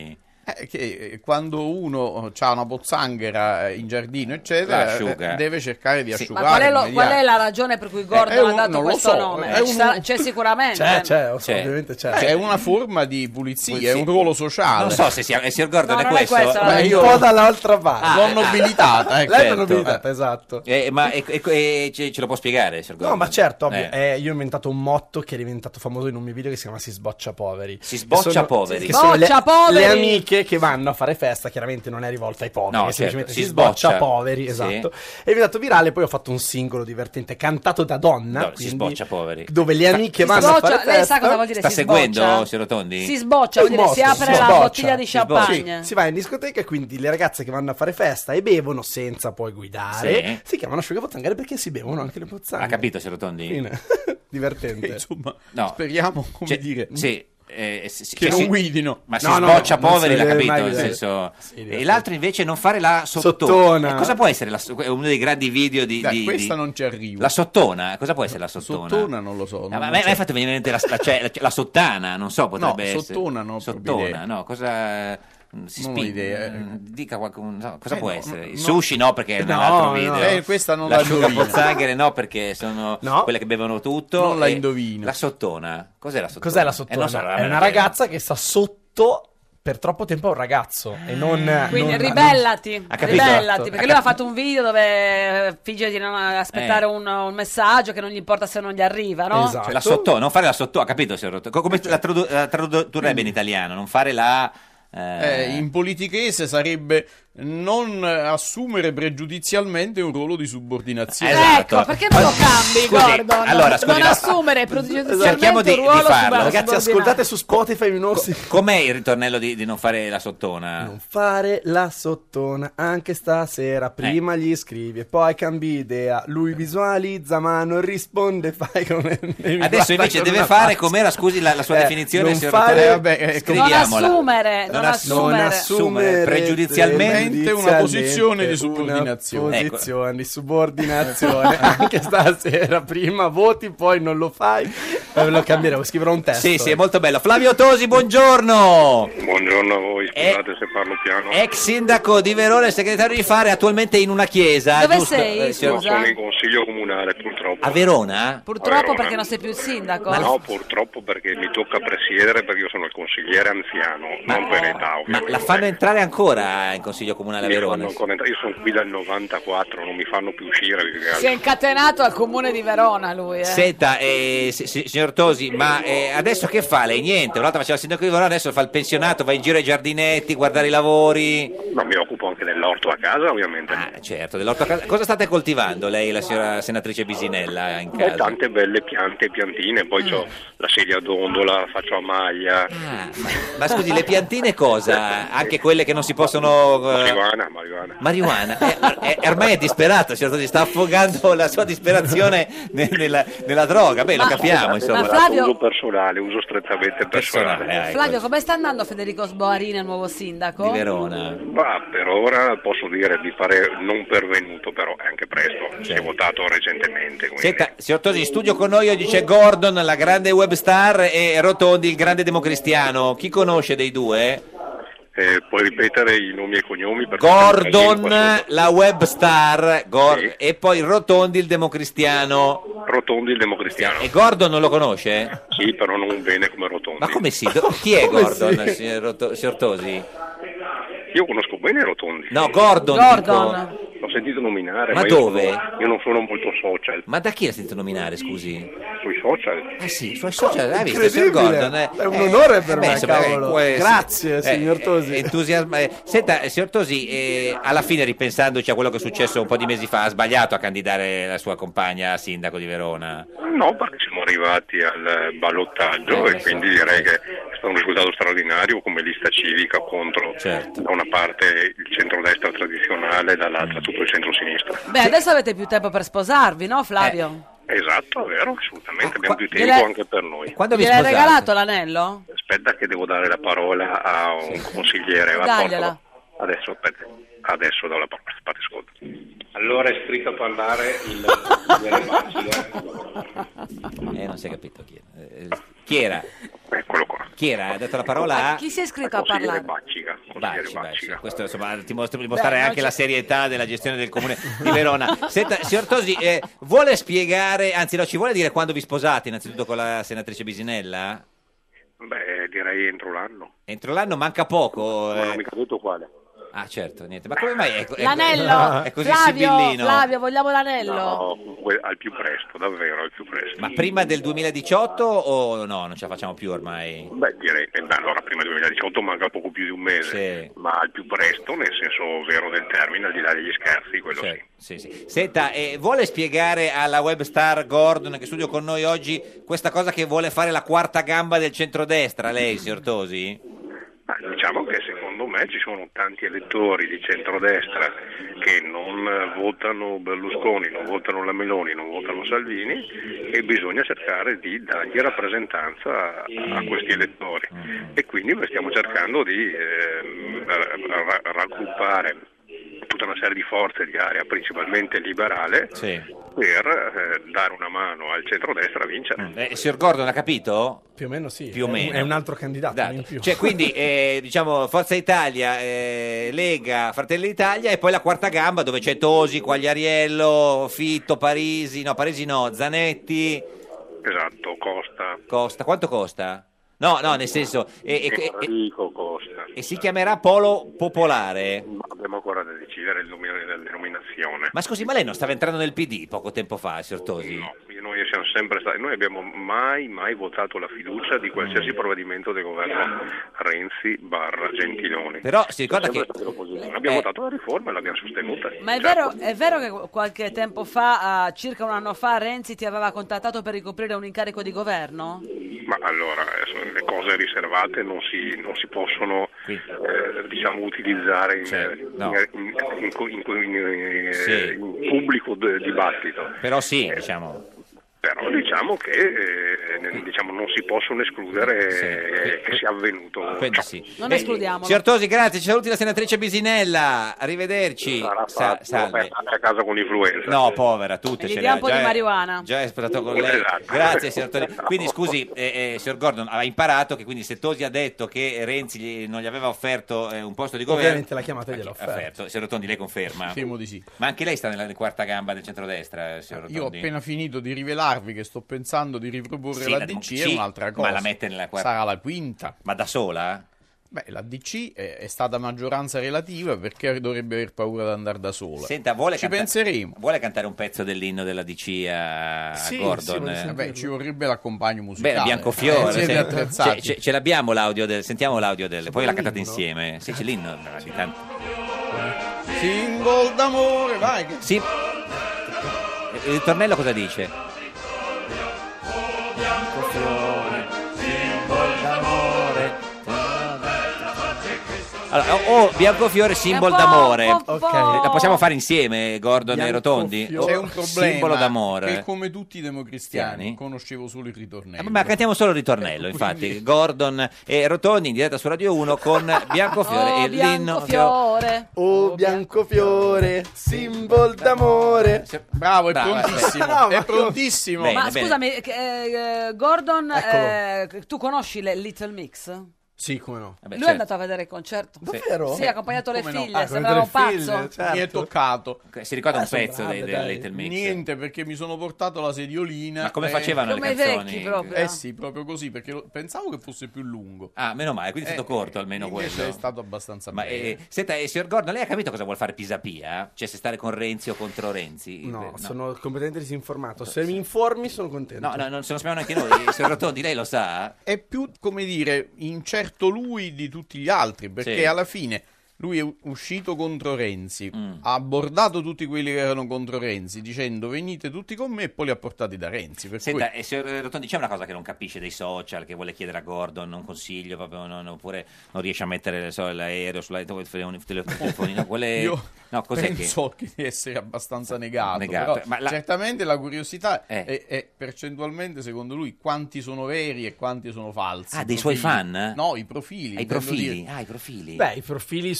Eh, che quando uno ha una pozzanghera in giardino, eccetera, La asciuga. eh, deve cercare di Sì. asciugare. Ma qual è, lo- qual immediato. è la ragione per cui Gordon Eh, è un- ha dato non lo questo so, nome? è Ci un- sarà- c'è sicuramente. C'è, c'è, C'è. ovviamente c'è. È una forma di pulizia, Pulizia. è un ruolo sociale. Non so se sia, eh, signor Gordon No, è non è questo. questa la Beh, Un io po' dall'altra parte. l'ho nobilitata, ecco. Lei l'ha certo. nobilitata, esatto. Eh, ma e- e- e- ce, ce lo può spiegare, signor Gordon? No, ma certo, ovvio. Eh. Eh, io ho inventato un motto che è diventato famoso in un mio video che si chiama Si sboccia poveri. Si sboccia Che sono- poveri. Che sono le, Sboccia poveri! le amiche che vanno a fare festa, chiaramente non è rivolta ai poveri, No, è certo, semplicemente si si sboccia, sboccia. poveri, Sì. esatto. È diventato virale, poi ho fatto un singolo divertente cantato da donna, No, si quindi- sboccia poveri. dove le amiche Si vanno sboccia- a fare festa. lei sa cosa vuol dire Sta si seguendo, sboccia? signor Rotondi? Si sboccia, È vuol un dire si motto, apre si la sboccia. bottiglia di Si sboccia. champagne. Si va in discoteca e quindi le ragazze che vanno a fare festa e bevono senza poi guidare Sì. si chiamano asciugapozzanghere perché si bevono anche le Ha pozzanghere. capito, signor Rotondi? Fine. Divertente. Insomma, No. speriamo, come Cioè, dire, sì, eh, sì, sì, che cioè, non si- guidino. Ma si No, no, sboccia non poveri, si l'ha deve capito? mai Nel vedere. senso... Sì, e deve- l'altro invece non fare la sottona. Sottona. E cosa può essere la, so- è uno dei grandi video di... Dai, di- questa di- non ci arrivo. La sottona? Cosa può essere la sottona? Sottona non lo so. Ah, non- ma non mi c'è. hai fatto venire in mente la, la- cioè, la- la sottana, non so, potrebbe No, essere. sottona non ho proprio Sottona, idea. no, cosa... Si Non ho spinge, idea, eh. dica qualcuno, no, cosa Eh, può no, essere? no, Il sushi no, perché non è un No, altro no. video. Eh, questa non la L'asciuga indovino. pozzanghere no, perché sono No. quelle che bevono tutto. Non la e indovino. La sottona, cos'è la sottona? Cos'è la Eh, sottona? non so, è vabbè, una perché- ragazza che sta sotto per troppo tempo a un ragazzo e non Quindi non- ribellati, Ha capito? ribellati, Ha perché lui ha fatto un video dove finge di non aspettare Eh. un, un messaggio che non gli importa se non gli arriva, no? Esatto. Cioè, la sottona, non fare la sottona, ha capito, signor Rotto? Co- Come la, tradu- la tradurrebbe in italiano? Non fare la... Eh, in politichese sarebbe non eh, assumere pregiudizialmente un ruolo di subordinazione. Esatto. Ecco, perché non lo cambi, Scusi, Gordon? allora, scusi, non no. assumere pregiudizialmente Cerchiamo di- un ruolo di farlo. subordinato. Ragazzi, ascoltate su Spotify i nostri. Com'è il ritornello di, di non fare la sottona? Non fare la sottona anche stasera. Prima Eh. gli scrivi e poi cambi idea. Lui visualizza ma non risponde. Fai come. Adesso invece deve fare, com'era, scusi, la, la sua Eh, definizione, non signor fare- Rotto? Eh, vabbè, eh, Non scriviamola. assumere, non, ass- assumere. Non assumere pregiudizialmente una posizione di subordinazione. Una posizione di subordinazione. Anche stasera. Prima voti, poi non lo fai. Eh, lo cambieremo. Scriverò un testo. Sì, sì, è molto bello. Flavio Tosi, buongiorno. Buongiorno a voi, Eh, scusate se parlo piano. Ex sindaco di Verona e segretario di Fare, attualmente in una chiesa. Dove giusto? sei, Eh, signor- scusa? Sono in consiglio comunale purtroppo. A Verona? Purtroppo Verona. perché non sei più il sindaco. Ma no, purtroppo perché mi tocca presiedere perché io sono il consigliere anziano, non per età Ma ovviamente. la fanno entrare ancora in consiglio comunale a Mi Verona? fanno ancora entrare- io sono qui dal novantaquattro, non mi fanno più uscire. più che Si altro. è incatenato al comune di Verona lui, eh. Senta, eh, si- si- signor Tosi, ma eh, adesso che fa lei? Niente, una volta faceva il sindaco di Verona, adesso fa il pensionato, va in giro ai giardinetti, guardare i lavori. No, mi occupo anche dell'orto a casa ovviamente. Ah, certo, dell'orto a casa. Cosa state coltivando lei e la signora senatrice Bisinella in Ho casa? tante belle piante e piantine, poi Mm. ho la sedia a gondola, faccio a maglia. Ah, ma, ma scusi, le piantine cosa? Anche quelle che non si possono... eh, Marijuana, marijuana. Marijuana? Eh, eh, ormai è disperato, signor Tosi, sta affogando la sua disperazione ne- nella, nella droga. Beh, lo Ma- capiamo, insomma. ma Flavio- Uso personale, uso strettamente personale. Personale, ecco. Flavio, come sta andando Federico Sboarini, il nuovo sindaco? Di Verona. Ma per ora posso dire di fare non pervenuto, però è anche presto, si è votato recentemente. quindi- Senta, signor Tosi, in studio con noi oggi c'è Gordon, la grande web star, e Rotondi, il grande democristiano. Chi conosce dei due? Eh, puoi ripetere i nomi e i cognomi? Perché Gordon, qua la web star, Gor- Sì. e poi Rotondi, il democristiano. sotto. Rotondi il democristiano. E Gordon non lo conosce? Sì, però non bene come Rotondi. Ma come sì? Do- chi è Come Gordon, sì? signor, Roto- signor Tosi? Io conosco bene Rotondi. No, Gordon. Gordon. dico. L'ho sentito nominare. Ma io dove? sono- io non sono molto social. Ma da chi l'ha sentito nominare, scusi? Sui social? Eh sì, sui social, hai visto, signor Incredibile. Gordon? eh? È un onore per beh, me, insomma, cavolo. eh, Grazie, eh, signor Tosi. eh, entusiasma- eh, Senta, eh, signor Tosi, eh, alla fine, ripensandoci a quello che è successo un po' di mesi fa, ha sbagliato a candidare la sua compagna a sindaco di Verona? No, perché siamo arrivati al ballottaggio Eh, e lo so. quindi direi che è stato un risultato straordinario come lista civica contro Certo. da una parte il centrodestra tradizionale, dall'altra tutto il centro-sinistra. Beh, adesso avete più tempo per sposarvi, no Flavio? Esatto, è vero, assolutamente, abbiamo più gliel'hai- tempo anche per noi. Quando vi Gliel'hai sposate? regalato l'anello? Aspetta che devo dare la parola a un consigliere. la Dagliela. porto- Adesso, aspetta, adesso do la parola, fate ascolto. Allora è iscritto a parlare il consigliere Bacci. Eh, non si è capito chi era. Eh, chi era? Eccolo qua. Chi era? Ha dato la parola a... Chi si è iscritto a Consigliere parlare? Baccica. consigliere Bacci, Bacci. Bacci. Questo insomma ti mostra dimostrare Beh, anche non la c'è- serietà della gestione del comune di Verona. Senta, signor Tosi, eh, vuole spiegare, anzi no, ci vuole dire quando vi sposate innanzitutto con la senatrice Bisinella? Beh, direi entro l'anno. Entro l'anno manca poco. Non ho eh. mica detto quale. Ah certo, niente. Ma come mai è, è- L'anello, è così Flavio, sibillino? Flavio, vogliamo l'anello? No, que- al più presto, davvero, al più presto. Ma prima del duemiladiciotto o no? Non ce la facciamo più ormai? Beh, direi che beh, allora prima del duemiladiciotto manca poco più di un mese, ma al più presto, nel senso vero del termine, al di là degli scherzi, quello sì. Sì, sì. Senta, eh, vuole spiegare alla web star Gordon che studio con noi oggi questa cosa che vuole fare la quarta gamba del centrodestra, lei, signor Tosi? Ma diciamo che secondo me ci sono tanti elettori di centrodestra che non votano Berlusconi, non votano la Meloni, non votano Salvini e bisogna cercare di dargli rappresentanza a, a questi elettori e quindi noi stiamo cercando di eh, ra- ra- raggruppare tutta una serie di forze di area principalmente liberale per eh, dare una mano al centrodestra a vincere. Eh, signor Gordon, ha capito? Più o meno sì. Più o È un- meno. È un altro candidato, Dai. non in più. Cioè, quindi, eh, diciamo, Forza Italia, eh, Lega, Fratelli d'Italia e poi la quarta gamba dove c'è Tosi, Quagliariello, Fitto, Parisi, no, Parisi no, Zanetti. Esatto, Costa. Costa, quanto costa? No, no, nel senso... E, e- e- Enrico Costa. e si chiamerà Polo Popolare? Abbiamo ancora da decidere il nome della denominazione. Ma scusi, ma lei non stava entrando nel P D poco tempo fa, signor Tosi? No, noi siamo sempre stati, noi abbiamo mai mai votato la fiducia di qualsiasi provvedimento del governo Renzi barra Gentiloni. Però si ricorda Siamo che- sempre stati l'opposizione. Abbiamo eh. votato la riforma e l'abbiamo sostenuta. Ma è Certo. vero, è vero che qualche tempo fa, ah, circa un anno fa, Renzi ti aveva contattato per ricoprire un incarico di governo? Ma allora, adesso, le cose riservate non si, non si possono eh, diciamo utilizzare in, no. in, in- in- in- in- Sì. in pubblico de- dibattito. Però sì, diciamo... Però diciamo che eh, diciamo, non si possono escludere eh, che sia avvenuto. Quindi sì. Non Eh, escludiamolo. Signor Tosi, grazie, ci saluti la senatrice Bisinella, arrivederci. Sa- salve. A casa con l'influenza. No, povera, tutte E gli ce dia le un ha. po' di Già è- marijuana. Già è stato con lei. Esatto. Grazie, signor Tosi. Quindi scusi, eh, eh, signor Gordon, ha imparato che quindi se Tosi ha detto che Renzi gli- non gli aveva offerto eh, un posto di governo... Ovviamente la chiamata gliel'ha offerto. Signor Rotondi, lei conferma? Temo di sì. Ma anche lei sta nella quarta gamba del centrodestra, signor Rotondi? Io ho appena finito di rivelarvi che sto pensando di riproporre Sì, la la D C, D C, è un'altra cosa. ma la mette nella quarta- Sarà la quinta. Ma da sola? Beh, la D C è, è stata maggioranza relativa, perché dovrebbe aver paura di andare da sola? Senta, vuole Ci canta- penseremo. Vuole cantare un pezzo dell'inno della D C a, a Sì, Gordon? sì, Beh, ci vorrebbe l'accompagno musicale. Beh, Biancofiore, Eh, siete se- attrezzati. ce, ce- ce l'abbiamo l'audio del, sentiamo l'audio del, poi la cantate l'inno? insieme. Sì, c'è l'inno no, di tanto. Single d'amore, vai. Che... Sì. Il ritornello cosa dice? Allora, o Biancofiore, simbolo d'amore. Ok. La possiamo fare insieme, Gordon e Rotondi? C'è un Simbolo problema d'amore. che, come tutti i democristiani, conoscevo solo il ritornello. Eh, Ma cantiamo solo il ritornello, infatti. Gordon e Rotondi in diretta su Radio uno con Biancofiore Oh, e l'inno. Biancofiore. Oh Biancofiore, simbol d'amore. Bravo, è Bravo, prontissimo. no, è ma- prontissimo. Bene, Ma bene. scusami, eh, eh, Gordon, eh, tu conosci le Little Mix? Sì, come no. Vabbè, Lui è certo. andato a vedere il concerto. Davvero? Sì, ha accompagnato le Come no? figlie, Ah, sembrava un accompagnato le pazzo. figlie, certo. Mi è toccato. Si ricorda Ah, un sono pezzo brave, dei, del dai. Little Mix? Niente, perché mi sono portato la sediolina. Ma come e- facevano Come le i canzoni? vecchi proprio. Eh sì, proprio così, perché lo- pensavo che fosse più lungo. Ah, meno male, quindi è stato Eh, corto almeno invece quello. è stato abbastanza Ma breve. eh, senta, eh, signor Gordon, lei ha capito cosa vuol fare Pisapia? Cioè se stare con Renzi o contro Renzi? No, Eh, sono completamente disinformato. Se mi informi sono contento. No, no, non se lo sappiamo neanche noi. Signor Rotondi, lei lo sa? È più, come dire, incerto lui di tutti gli altri, perché Sì. alla fine lui è u- uscito contro Renzi, Mm. ha abbordato tutti quelli che erano contro Renzi, dicendo venite tutti con me, e poi li ha portati da Renzi. Per Senta, cui- eh, signor Rotondi, c'è una cosa che non capisce dei social, che vuole chiedere a Gordon un consiglio, proprio non- oppure non riesce a mettere so, l'aereo sulla il telefonino, quelle... Io no, cos'è che... penso che... di essere abbastanza negato, Negato, però ma la- certamente la curiosità Eh. è, è percentualmente, secondo lui, quanti sono veri e quanti sono falsi. Ah, i dei suoi profili. fan? No, i profili. Ah, i intendo profili? dire. Ah, i profili. Beh, i profili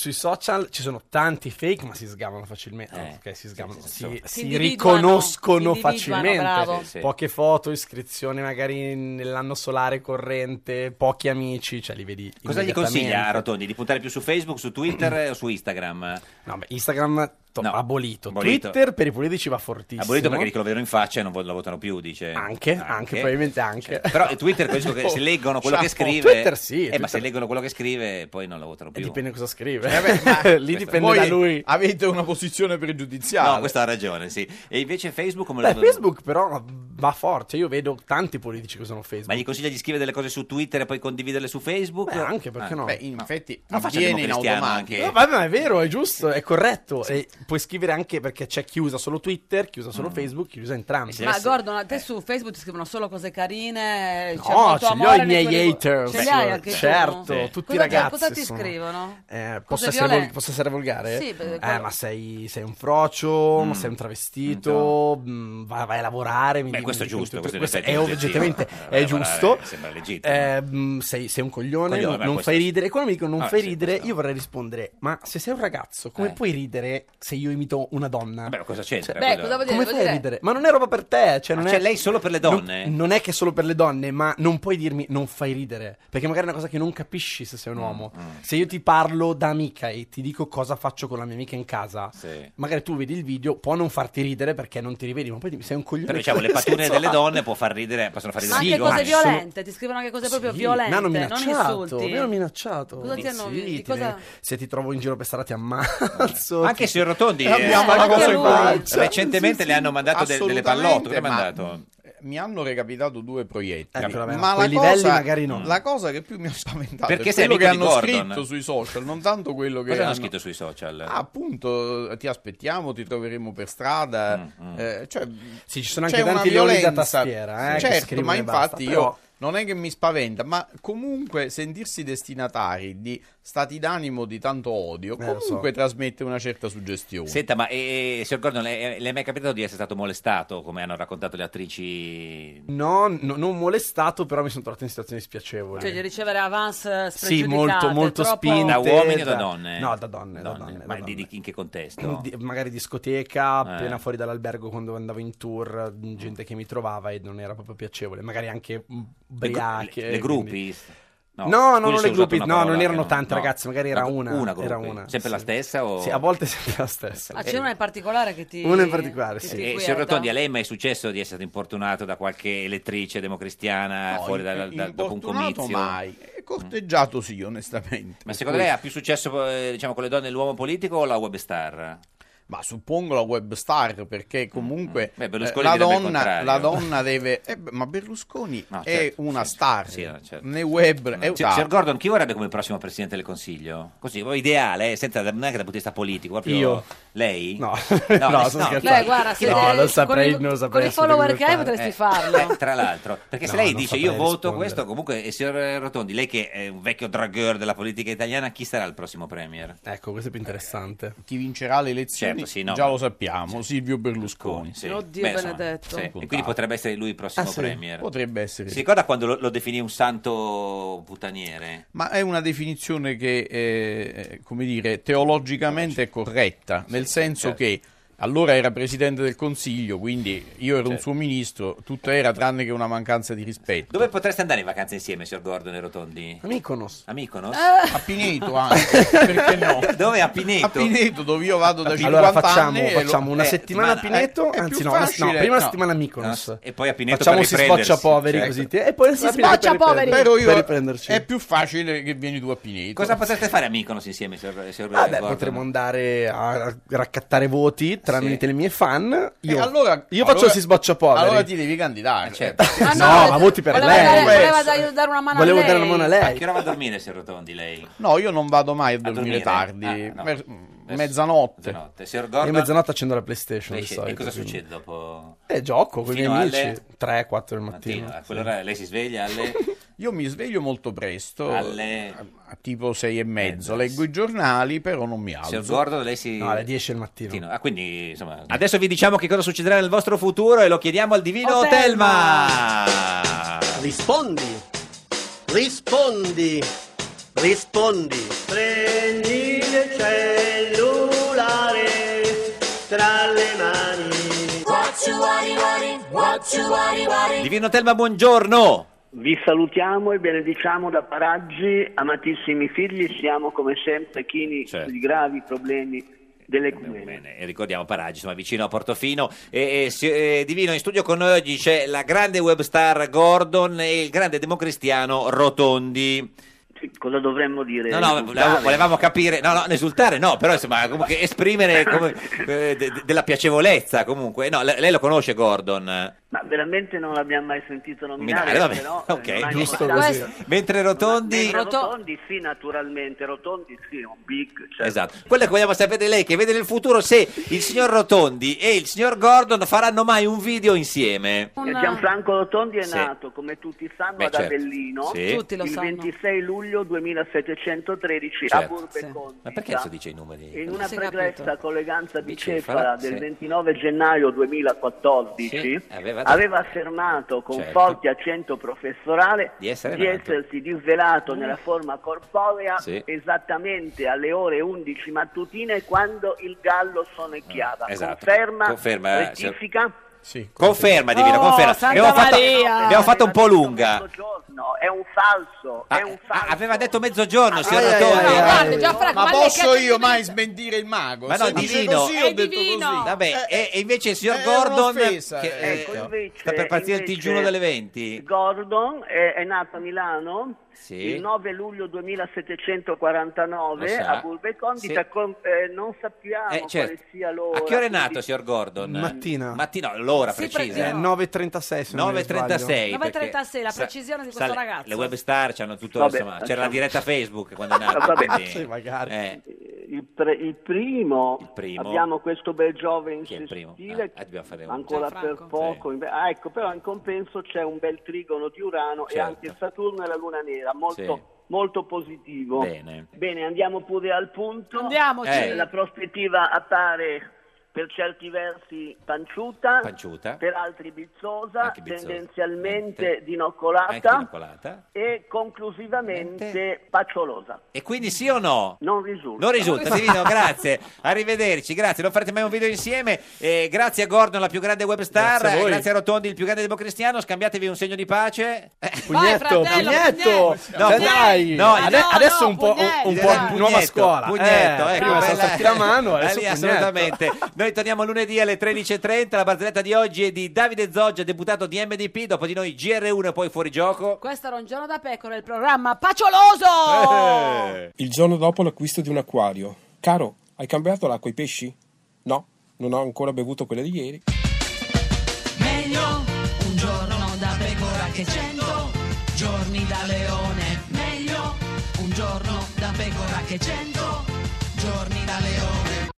sui social ci sono tanti fake, ma si sgamano facilmente. Eh, ok, si sgamano, sì, sì, si, insomma. si Si individuano, riconoscono si individuano, facilmente. bravo. Sì, sì. Poche foto, iscrizioni magari nell'anno solare corrente, pochi amici, cioè li vedi. Cosa gli immediatamente. consiglia a Rotondi? Di puntare più su Facebook, su Twitter o su Instagram? No, beh, Instagram to- No, abolito. abolito. Twitter per i politici va fortissimo. Abolito perché dicono lo vedono in faccia e non vo- lo votano più, dice. Anche, anche, probabilmente anche. Cioè, però Twitter capisco che se leggono quello che Chapeau. scrive. Twitter sì, eh, ma Twitter- se leggono quello che scrive, poi non lo votano E più. dipende cosa scrive. Eh beh, ma Lì dipende voi da lui. avete una posizione pregiudiziale. No, questo ha ragione, sì. E invece Facebook come Beh, lo Facebook però va forte. Cioè, io vedo tanti politici che usano Facebook. Ma gli consiglia di scrivere delle cose su Twitter e poi condividerle su Facebook? Beh, anche, perché no? Beh, in effetti Non faccia avviene in democristiano automatico. anche. No, vabbè, ma è vero, è giusto, è corretto. E puoi scrivere anche perché c'è chi usa solo Twitter, chi usa solo Facebook, chi usa entrambi. Ma Gordon, a te su Facebook ti scrivono solo cose carine? C'è No, molto ce li ho amore i nei miei tuoi- haters. Ce li hai anche tu? Certo, Sì. tutti Cosa i ti- ragazzi. cosa ti sono- scrivono? Eh, Cose posso, essere vol- violente? posso essere volgare? Sì, beh, eh, quello- ma sei, sei un frocio, ma sei un travestito, mh, vai, vai a lavorare. mi Beh, dicono- questo è giusto, questo in questo effetti è è oggettivamente legittimo. è Eh, giusto. lavorare sembra legittimo. Eh, mh, sei, sei un coglione, Coglione, non, beh, non questo fai sì. ridere. E quando mi dicono non Ah, fai sì, ridere, questo- io vorrei rispondere: ma se sei un ragazzo, come Eh. puoi ridere se io imito una donna? Beh, cosa c'entra? Beh, quello? cosa vuol dire? Come Vuol fai a dire- ridere? Ma non è roba per te. Cioè, non Ah, è... cioè, lei solo per le donne? Non, non è che solo per le donne, ma non puoi dirmi non fai ridere. Perché magari è una cosa che non capisci se sei un uomo. mm. Se io ti parlo da amica e ti dico cosa faccio con la mia amica in casa, Sì. magari tu vedi il video, può non farti ridere perché non ti rivedi, ma poi ti- sei un coglione. Però diciamo, le Nel pattune senso- delle donne può far ridere, possono far Ma ridere anche anche cose gli uomini. violente, ti scrivono anche cose proprio Sì, violente, mi hanno non minacciato, insulti. mi hanno minacciato. Cosa ti hanno- Sì, di ti- cosa- Se ti trovo in giro per strada ti ammazzo. Anche il signor Rotondi Eh, eh, abbiamo eh, la cosa eh, in faccia. recentemente le hanno mandato de- delle pallotte. Che ma- mandato? Mi hanno recapitato due proiettili, Ecco, vabbè, ma a quei la livelli cosa, magari no. la cosa che più mi ha spaventato Perché è sei quello che amico di hanno Gordon? scritto sui social, non tanto quello che Cosa hanno hanno scritto sui social? Ah, appunto, ti aspettiamo, ti troveremo per strada. eh, cioè, Sì, ci sono c'è anche una tanti leoni da violenza. tastiera, eh, che certo, scrivono ma e infatti basta, però- io non è che mi spaventa, ma comunque sentirsi destinatari di stati d'animo di tanto odio Eh, lo so. comunque trasmette una certa suggestione. Senta, ma eh, signor Gordon, le, le è mai capitato di essere stato molestato, come hanno raccontato le attrici? No, no, non molestato, però mi sono trovato in situazioni spiacevoli. Cioè di ricevere avance Sì, spregiudicate, molto, molto troppo... spinte. Da uomini o da da- donne? No, da donne. da Donne. donne, da Ma donne. di, di- in che contesto? Di- magari discoteca, Eh. appena fuori dall'albergo quando andavo in tour, gente che mi trovava e non era proprio piacevole. Magari anche mm, Le, ubriache. le, le gruppi? No, no, scusi non se le ho usato gruppi, una no, parola non che erano tante no. ragazze, magari era una. Una era gruppi. una. Sempre la sì. stessa? O... Sì, a volte sempre la stessa. Ah, c'è una in particolare che ti... Una in particolare, che sì. ti E quieta? signor Rotondi, a lei è mai successo di essere importunato da qualche elettrice democristiana No, fuori in- dal, dal- dopo un importunato comizio? mai. È corteggiato sì, onestamente. Ma secondo lei ha più successo eh, diciamo, con le donne l'uomo politico o la web star? Ma suppongo la web star, perché comunque Beh, eh, Berlusconi la, direbbe il donna, contrario. la donna deve... eh, beh, ma Berlusconi No, è certo, una sì, star, sì, no, certo. né web, è Signor una signor Gordon, chi vorrebbe come prossimo Presidente del Consiglio? Così, voi ideale, eh, senza, non è che dal punto di vista politico, proprio Io. lei? No, No, no, eh, sono no. scherzando. Beh, guarda, se No, te- lo saprei, con i, non lo saprei con i follower che hai assolutamente potresti Eh, farlo. eh, tra l'altro, perché se No, lei non dice saprei io voto rispondere. questo, comunque, e signor Rotondi, lei che è un vecchio dragueur della politica italiana, chi sarà il prossimo Premier? Ecco, questo è più interessante. chi vincerà le elezioni, Certo, sì, no, già ma- lo sappiamo, Silvio Berlusconi. Sì. Oddio Beh, insomma, benedetto. sì. E quindi potrebbe essere lui il prossimo Ah, sì? Premier. Potrebbe essere. Si ricorda quando lo, lo definì un santo puttaniere? Ma è una definizione che, eh, come dire, teologicamente è corretta, nel senso certo. che allora era Presidente del Consiglio, quindi io ero un Certo. suo ministro, tutto era tranne che una mancanza di rispetto. Dove potreste andare in vacanza insieme, signor Gordon e Rotondi? A Mykonos. A Mykonos? A Pineto anche, perché no? Dove? A Pineto? A Pineto, dove io vado da Allora cinquanta facciamo, anni e lo- facciamo una eh, settimana a ma- Pineto, è anzi più no, una- facile, no, prima una no. settimana a Mykonos. No, e poi a Pineto Facciamo per si riprendersi. sboccia poveri Certo. così. E poi Si sboccia poveri. Però io per riprenderci. è più facile che vieni tu a Pineto. Cosa potreste fare a Mykonos insieme, signor, signor Ah, beh, Gordon? potremmo andare a raccattare voti tramite Sì. le mie fan. E Io, allora, io faccio allora- si sboccia poveri. Allora ti devi candidare. Certo. Ah, No, ma voti per voleva lei. Dare, Questo. voleva dare, dare una mano Volevo a lei. dare una mano a A lei. che ora va a dormire, signor Rotondi, lei? No, io non vado mai a A dormire, dormire? tardi. Ah, no. Mer- Adesso- mezzanotte. Mezzanotte. Signor Io Gordon? mezzanotte accendo la PlayStation di Esce- solito. E cosa quindi. succede dopo? Eh, gioco con i miei Fino amici. alle- tre quattro del mattino. Mattino, a quell'ora lei si sveglia alle... Io mi sveglio molto presto, Alle- a, a tipo sei e mezzo. Mezzo, Leggo i giornali, però non mi alzo. Signor Gordon, lei si... No, alle dieci del mattino. Mattino. Ah, quindi, insomma... Adesso vi diciamo che cosa succederà nel vostro futuro e lo chiediamo al divino Oh, Telma! Rispondi, rispondi, rispondi. Prendi il cellulare tra le mani. Divino Telma, buongiorno. Vi salutiamo e benediciamo da Paraggi, amatissimi figli, siamo come sempre chini Certo. sui gravi problemi dell'ecumene. Bene, e ricordiamo Paraggi, insomma, vicino a Portofino. E, e, si- e, Divino, in studio con noi oggi c'è la grande web star Gordon e il grande democristiano Rotondi. Sì, cosa dovremmo dire? No, no, Esultare? volevamo capire, no, no, esultare no, però insomma, comunque esprimere come, eh, de- de- della piacevolezza comunque. No, lei, lei lo conosce Gordon? Ma veramente non l'abbiamo mai sentito nominare, Nominare, vabbè, però, ok, eh, non ha giusto importanza. così. Mentre Rotondi... Mentre Rotondi sì, naturalmente, Rotondi sì, è un big. Cioè. Esatto, quello che vogliamo sapere da lei, che vede nel futuro se il signor Rotondi e il signor Gordon faranno mai un video insieme. E Gianfranco Rotondi è Sì. nato, come tutti sanno, Beh, ad certo. Avellino Sì. Tutti lo il sanno. ventisei luglio duemilasettecentotredici a Certo. Burbe Sì. Condita. Ma perché adesso dice i numeri? In una si è pregressa capito. colleganza Bicefala, bicefala del sì. ventinove gennaio duemilaquattordici Sì, aveva detto. aveva affermato con Certo. forte accento professorale Di essere di nato. essersi disvelato nella forma corporea Sì. esattamente alle ore undici mattutine quando il gallo sonecchiava. Esatto. Conferma? Conferma, eh, Rettifica? Sì. Conferma, Divino, Oh, conferma. Santa Abbiamo fatto, Maria! abbiamo fatto un po' lunga. Mezzogiorno, è un falso, è un falso. Ah, aveva detto mezzogiorno, signor Ai, ai, Rotondi. ai, ai. Guarda, Gianfranco, Ma ma lei posso che- io mai smentire il mago? Ma no, Se dice Divino. così, È ho detto divino. così. Vabbè, e, e invece il signor è Gordon, un'offesa, che eh. eh, Ecco, invece- sta per partire il invece- digiuno delle venti. Gordon è, è nato a Milano Sì. il nove luglio duemilasettecentoquarantanove Lo sa. a Burbe Condita. Sì. con- eh, non sappiamo Eh, certo. quale sia l'ora. A che ora è nato, quindi- signor Gordon? Mattina. Mattina, l'ora Sì, precisa. È nove e trentasei, se non mi nove e trentasei. nove e perché trentasei, la sa- precisione di sa, questo le- ragazzo. Le web star c'hanno tutto, Vabbè, insomma, c'era la facciamo- diretta Facebook quando è nato. Vabbè. quindi, Sì, magari. eh, Il, pre- il primo, Il primo. abbiamo questo bel giovane Chi è il primo? insestile, Ah, dobbiamo fare un- ancora per Gianfranco. poco. in- Ah, ecco, però in compenso c'è un bel trigono di Urano Certo. e anche Saturno e la Luna Nera, molto, Sì. molto positivo. Bene. Bene, andiamo pure al punto. Andiamoci. Eh. La prospettiva appare per certi versi panciuta, Panciuta. per altri bizzosa, Anche bizzosa. tendenzialmente Mente. dinoccolata, Anche dinoccolata. e conclusivamente pacciolosa. E quindi sì o no? Non risulta. Non risulta, Divino, grazie. Arrivederci, grazie. Non farete mai un video insieme. Eh, grazie a Gordon, la più grande web star. Grazie a voi. Grazie a Rotondi, il più grande democristiano. Scambiatevi un segno di pace. Eh, Pugnetto, fratello, pugnetto. pugnetto. No, dai. No, Ade- no, adesso no, un po', pugnetto. un po' Pugnetto, nuova scuola. Pugnetto, Eh, ecco, prima sono bella- stati la mano, Eh, adesso lì, pugnetto. assolutamente. Noi torniamo lunedì alle tredici e trenta. La barzelletta di oggi è di Davide Zoggia, deputato di M D P. Dopo di noi G R uno e poi fuori gioco. Questo era Un giorno da pecora, il programma Paccioloso! Eh. Il giorno dopo l'acquisto di un acquario. Caro, hai cambiato l'acqua ai pesci? No, non ho ancora bevuto quella di ieri. Meglio un giorno da pecora che cento giorni da leone. Meglio un giorno da pecora che cento giorni da leone.